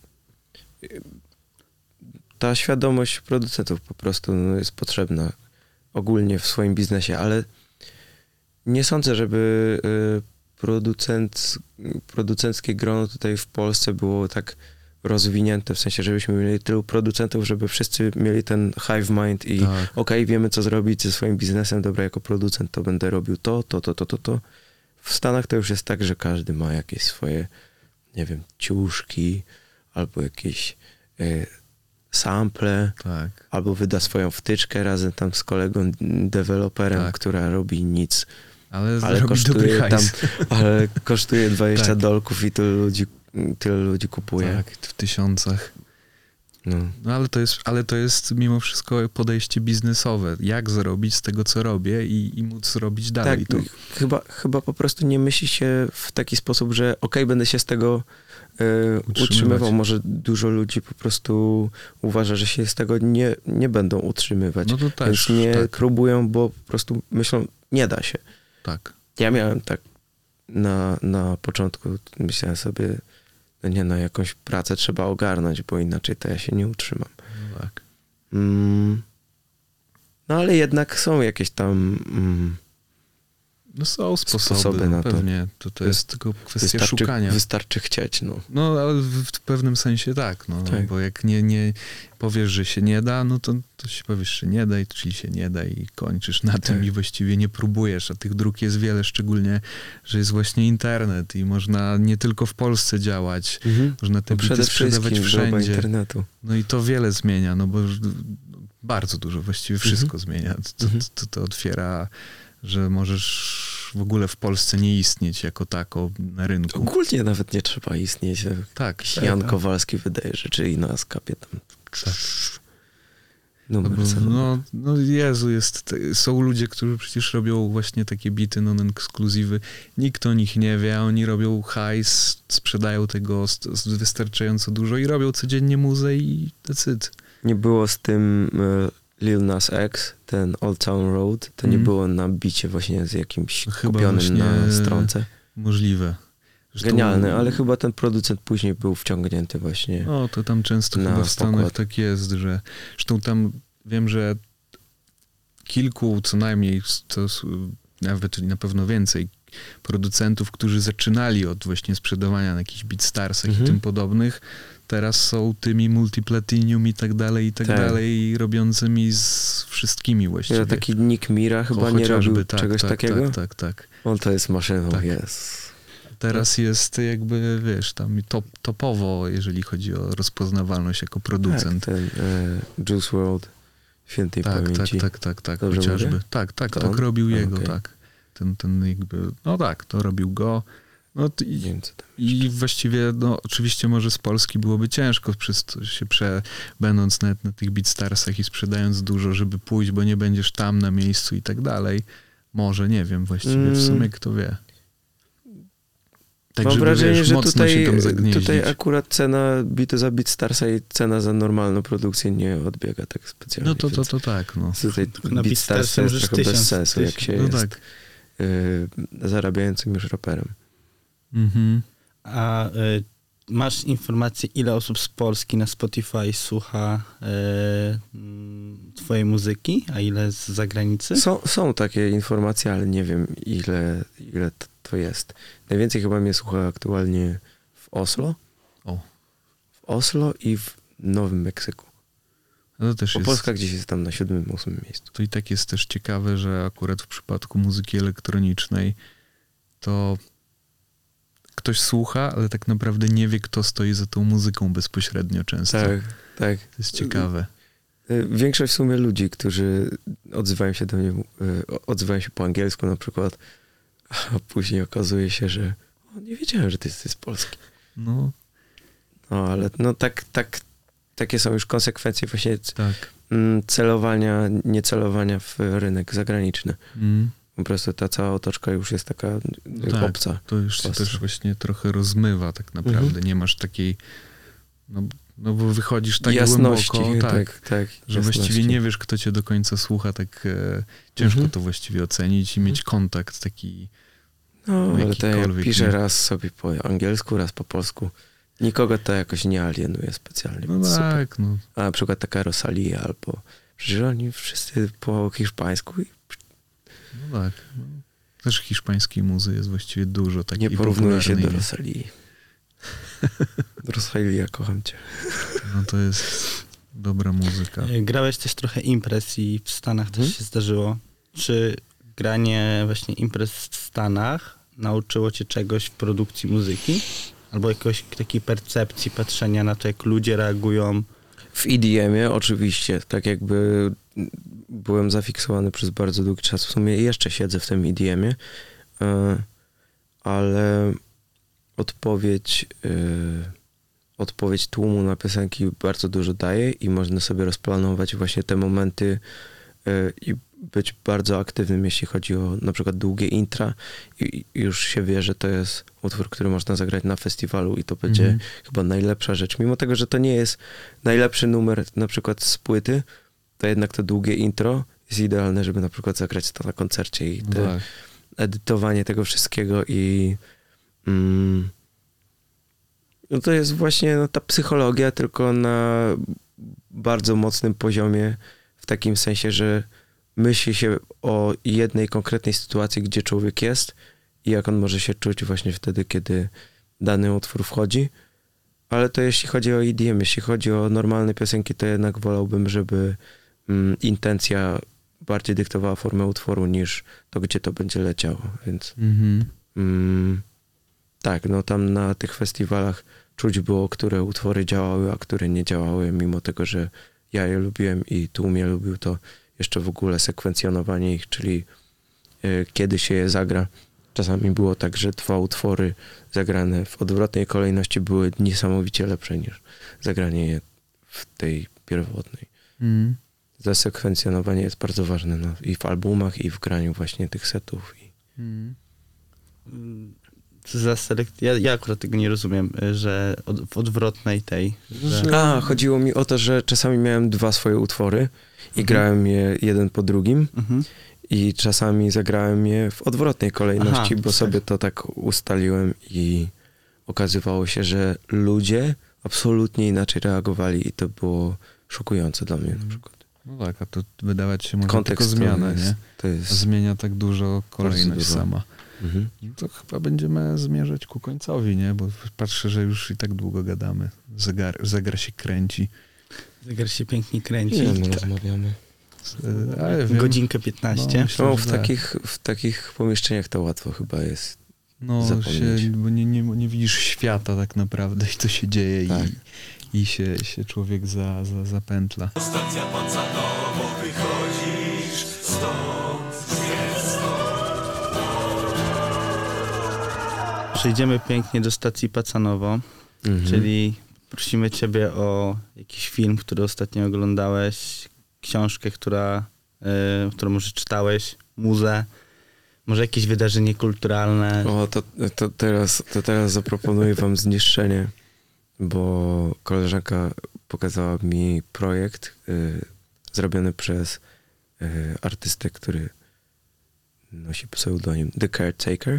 ta świadomość producentów po prostu no, jest potrzebna ogólnie w swoim biznesie, ale nie sądzę, żeby y, producent, producenckie grono tutaj w Polsce było tak rozwinięte, w sensie, żebyśmy mieli tylu producentów, żeby wszyscy mieli ten hive mind i tak. okej, okay, wiemy co zrobić ze swoim biznesem, dobra, jako producent to będę robił to, to, to, to, to, to. W Stanach to już jest tak, że każdy ma jakieś swoje, nie wiem, ciuszki albo jakieś y, sample, tak. albo wyda swoją wtyczkę razem tam z kolegą deweloperem, tak. która robi nic,
ale,
ale kosztuje tam, ale kosztuje dwadzieścia tak. dolków i tyle ludzi, tyle ludzi kupuje.
Tak, w tysiącach.
No.
no ale to jest, ale to jest mimo wszystko podejście biznesowe. Jak zarobić z tego, co robię i, i móc robić dalej.
Tak,
to...
chyba, chyba po prostu nie myśli się w taki sposób, że okej, okay, będę się z tego y, utrzymywał. Może dużo ludzi po prostu uważa, że się z tego nie, nie będą utrzymywać.
No to też,
więc nie
tak.
próbują, bo po prostu myślą, nie da się.
Tak.
Ja miałem tak na, na początku, myślałem sobie, no nie no, jakąś pracę trzeba ogarnąć, bo inaczej to ja się nie utrzymam.
No tak.
Mm. No ale jednak są jakieś tam... Mm,
no są sposoby,
sposoby na to.
Pewnie. To, to jest tylko kwestia
wystarczy,
szukania.
Wystarczy chcieć, no.
No, ale w, w pewnym sensie tak, no.
Tak.
Bo jak nie, nie powiesz, że się nie da, no to, to się powiesz, że nie da, czyli się nie da i kończysz na tak. tym i właściwie nie próbujesz, a tych dróg jest wiele, szczególnie, że jest właśnie internet i można nie tylko w Polsce działać, mhm. można te bity sprzedawać wszędzie.
Internetu.
No i to wiele zmienia, no bo bardzo dużo, właściwie wszystko mhm. zmienia. To,
mhm.
to, to, to otwiera, że możesz w ogóle w Polsce nie istnieć jako tako na rynku.
Ogólnie nawet nie trzeba istnieć.
Tak.
Jan tak, Kowalski tak. wydaje rzeczy i na skapie tam.
Tak.
Numer
No,
cenowy.
no, no Jezu, jest, te- są ludzie, którzy przecież robią właśnie takie bity non-ekskluzywy. Nikt o nich nie wie, a oni robią hajs, sprzedają tego st- st- wystarczająco dużo i robią codziennie muzę i decyd.
Nie było z tym e, Lil Nas X, ten Old Town Road, to nie
Mhm.
było na bicie właśnie z jakimś
No chyba
kupionym
właśnie
na stronce.
Możliwe. Zresztą-
Genialny, ale chyba ten producent później był wciągnięty właśnie.
No, to tam często
na
chyba w Stanach
pokład.
tak jest, że zresztą tam wiem, że kilku co najmniej, to s- nawet na pewno więcej producentów, którzy zaczynali od właśnie sprzedawania na jakichś Beatstarsach
Mhm.
i tym podobnych, teraz są tymi multiplatinum i tak dalej, i tak,
Tak.
dalej, robiącymi z wszystkimi właściwie.
Ja, taki Nick Mira chyba
O,
nie
chociażby,
robił
tak,
czegoś
tak,
takiego?
Tak, tak, tak.
On to jest maszyną,
Tak.
jest.
Teraz jest jakby, wiesz, tam top, topowo, jeżeli chodzi o rozpoznawalność jako
Tak,
producent.
ten e, Juice world, świętej
Tak, tak,
pamięci.
tak, tak, tak,
Dobrze
chociażby.
mówię?
Tak, tak,
To
tak
on?
robił
A,
jego,
okej.
tak. Ten, ten jakby, no tak, to robił go. No t-
Nie
i,
wiem, co tam.
i właściwie, no oczywiście może z Polski byłoby ciężko przez to się prze, będąc nawet na tych Beatstarsach i sprzedając dużo, żeby pójść, bo nie będziesz tam na miejscu i tak dalej. Może, nie wiem, właściwie w sumie kto wie. Tak,
Mam
żeby,
wrażenie,
wiesz,
że
mocno
tutaj,
się tam zagnieździć.
tutaj akurat cena bitu za Beatstarsa i cena za normalną produkcję nie odbiega tak specjalnie.
No to, to,
więc
to tak, no.
Tutaj
Na
Beatstars
Beatstarsie
jest
możesz
trochę bez
tysiąc,
sensu, jak się
No
jest
tak.
y, zarabiającym już raperem.
Mhm.
A y, masz informację, ile osób z Polski na Spotify słucha y, mm, twojej muzyki, a ile z zagranicy?
Są, są takie informacje, ale nie wiem ile, ile to, to jest. Najwięcej chyba mnie słucha aktualnie w Oslo.
O.
W Oslo i w Nowym Meksyku.
No to też
Bo
jest...
Polska gdzieś jest tam na siódmym, ósmym miejscu.
To i tak jest też ciekawe, że akurat w przypadku muzyki elektronicznej to ktoś słucha, ale tak naprawdę nie wie, kto stoi za tą muzyką bezpośrednio często.
Tak, tak.
To jest ciekawe.
Y, Większość w sumie ludzi, którzy odzywają się do mnie, y, odzywają się po angielsku na przykład, a później okazuje się, że o, nie wiedziałem, że ty jesteś z Polski.
No,
No ale no tak, tak, takie są już konsekwencje właśnie
tak.
mm, celowania, niecelowania w rynek zagraniczny.
Mm.
Po prostu ta cała otoczka już jest taka y,
Tak.
obca.
To już się
Polsce.
też właśnie trochę rozmywa tak naprawdę.
Mhm.
Nie masz takiej... No, no bo wychodzisz tak
Jasności,
głęboko, tak,
tak, tak
że
jasności.
właściwie nie wiesz, kto cię do końca słucha, tak e, ciężko
Mhm.
to właściwie ocenić i mieć kontakt taki...
No, ale to ja
jakikolwiek,
piszę
nie?
raz sobie po angielsku, raz po polsku. Nikogo to jakoś nie alienuje specjalnie.
No
więc super.
tak, no.
A na przykład taka Rosalia albo... Przecież oni wszyscy po hiszpańsku i
No tak. No. Też hiszpańskiej muzy jest właściwie dużo takiej
nie porównuje się do
popularnej.
Rosalii. Rosalia, kocham cię.
No to jest dobra muzyka.
Y, Grałeś też trochę imprez i w Stanach
Mhm.
też się zdarzyło. Czy granie właśnie imprez w Stanach nauczyło cię czegoś w produkcji muzyki? Albo jakiejś takiej percepcji, patrzenia na to, jak ludzie reagują?
W E D M-ie oczywiście, tak jakby byłem zafiksowany przez bardzo długi czas. W sumie jeszcze siedzę w tym E D M-ie, e, ale odpowiedź, e, odpowiedź tłumu na piosenki bardzo dużo daje i można sobie rozplanować właśnie te momenty e, i być bardzo aktywnym, jeśli chodzi o na przykład długie intra i i już się wie, że to jest utwór, który można zagrać na festiwalu i to będzie
Mhm.
chyba najlepsza rzecz. Mimo tego, że to nie jest najlepszy numer na przykład z płyty, to jednak to długie intro jest idealne, żeby na przykład zagrać to na koncercie i
No
te
tak.
edytowanie tego wszystkiego i mm, no to jest właśnie no, ta psychologia, tylko na bardzo mocnym poziomie, w takim sensie, że myśli się o jednej konkretnej sytuacji, gdzie człowiek jest i jak on może się czuć właśnie wtedy, kiedy dany utwór wchodzi. Ale to jeśli chodzi o E D M, jeśli chodzi o normalne piosenki, to jednak wolałbym, żeby mm, intencja bardziej dyktowała formę utworu niż to, gdzie to będzie leciało. Więc
Mhm.
mm, tak, no tam na tych festiwalach czuć było, które utwory działały, a które nie działały, mimo tego, że ja je lubiłem i tłum je lubił, to jeszcze w ogóle sekwencjonowanie ich, czyli y, kiedy się je zagra. Czasami było tak, że dwa utwory zagrane w odwrotnej kolejności były niesamowicie lepsze niż zagranie je w tej pierwotnej.
Mhm.
zasekwencjonowanie jest bardzo ważne, no, i w albumach, i w graniu właśnie tych setów. I...
Mm.
Za selek- ja, ja akurat tego nie rozumiem, że od, w odwrotnej tej... Że...
A, chodziło mi o to, że czasami miałem dwa swoje utwory i mhm. grałem je jeden po drugim mhm. i czasami zagrałem je w odwrotnej kolejności, Aha, bo tak. sobie to tak ustaliłem i okazywało się, że ludzie absolutnie inaczej reagowali i to było szokujące dla mnie na przykład.
No tak, a to wydawać się może
Kontekst
tylko zmianę,
jest,
nie?
To jest...
Zmienia tak dużo kolejność sama.
Mhm.
To chyba będziemy zmierzać ku końcowi, nie? Bo patrzę, że już i tak długo gadamy. Zegar, zegar się kręci.
Zegar się pięknie kręci.
Nie, my rozmawiamy.
Ale wiem,
godzinkę piętnaście.
No, myślę,
no w, takich, w takich pomieszczeniach to łatwo chyba jest
No, się, bo nie, nie, nie widzisz świata tak naprawdę i co się dzieje tak. i, i się, się człowiek za, za, zapętla. Stacja Pacanowo, wychodzisz stąd,
Przejdziemy pięknie do stacji Pacanowo, mhm. czyli prosimy ciebie o jakiś film, który ostatnio oglądałeś, książkę, która, y, którą może czytałeś, muzę, może jakieś wydarzenie kulturalne.
O, to, to, teraz, to teraz zaproponuję wam zniszczenie, bo koleżanka pokazała mi projekt y, zrobiony przez y, artystę, który nosi pseudonim The Caretaker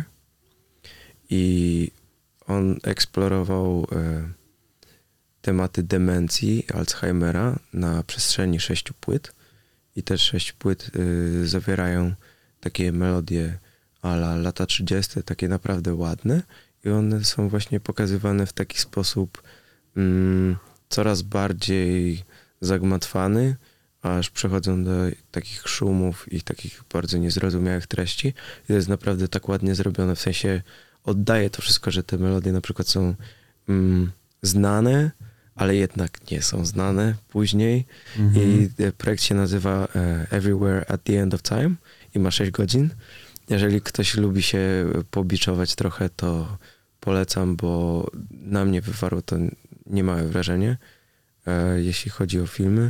i on eksplorował y, tematy demencji, Alzheimera na przestrzeni sześciu płyt i te sześć płyt y, zawierają takie melodie a la lata trzydzieste, takie naprawdę ładne i one są właśnie pokazywane w taki sposób mm, coraz bardziej zagmatwany, aż przechodzą do takich szumów i takich bardzo niezrozumiałych treści i to jest naprawdę tak ładnie zrobione, w sensie oddaje to wszystko, że te melodie na przykład są mm, znane, ale jednak nie są znane później mm-hmm. i projekt się nazywa uh, Everywhere at the End of Time i ma sześć godzin. Jeżeli ktoś lubi się pobiczować trochę, to polecam, bo na mnie wywarło to niemałe wrażenie, e, jeśli chodzi o filmy.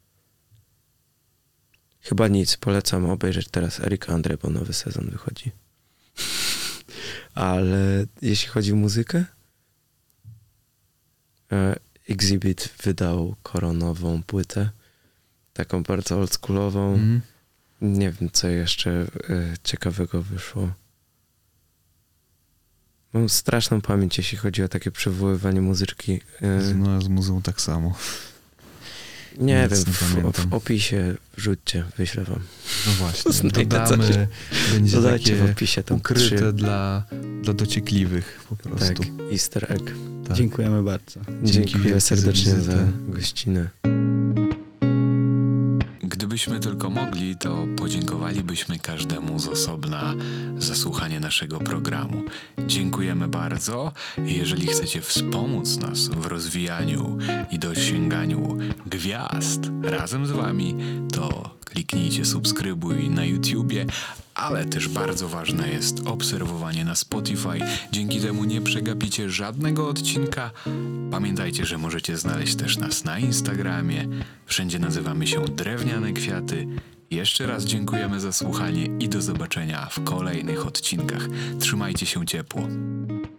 Chyba nic, polecam obejrzeć teraz Erika Andre, bo nowy sezon wychodzi. Ale jeśli chodzi o muzykę, e, Exhibit wydał koronową płytę, taką bardzo oldschoolową. Mm. Nie wiem, co jeszcze y, ciekawego wyszło. Mam straszną pamięć, jeśli chodzi o takie przywoływanie muzyczki. Y,
no, z muzeum tak samo.
Nie Nic wiem, nie w, w opisie wrzućcie, wyślę wam.
No właśnie, dodamy, będzie
Dodajcie
takie
w opisie tam
ukryte
trzy.
dla, dla dociekliwych po prostu.
Tak, easter egg.
Tak. Dziękujemy bardzo.
Dziękuję serdecznie za, za gościnę.
Gdybyśmy tylko mogli, to podziękowalibyśmy każdemu z osobna za słuchanie naszego programu. Dziękujemy bardzo. Jeżeli chcecie wspomóc nas w rozwijaniu i dosięganiu gwiazd razem z wami, to kliknijcie subskrybuj na YouTubie, ale też bardzo ważne jest obserwowanie na Spotify. Dzięki temu nie przegapicie żadnego odcinka. Pamiętajcie, że możecie znaleźć też nas na Instagramie. Wszędzie nazywamy się Drewniane Kwiaty. Jeszcze raz dziękujemy za słuchanie i do zobaczenia w kolejnych odcinkach. Trzymajcie się ciepło.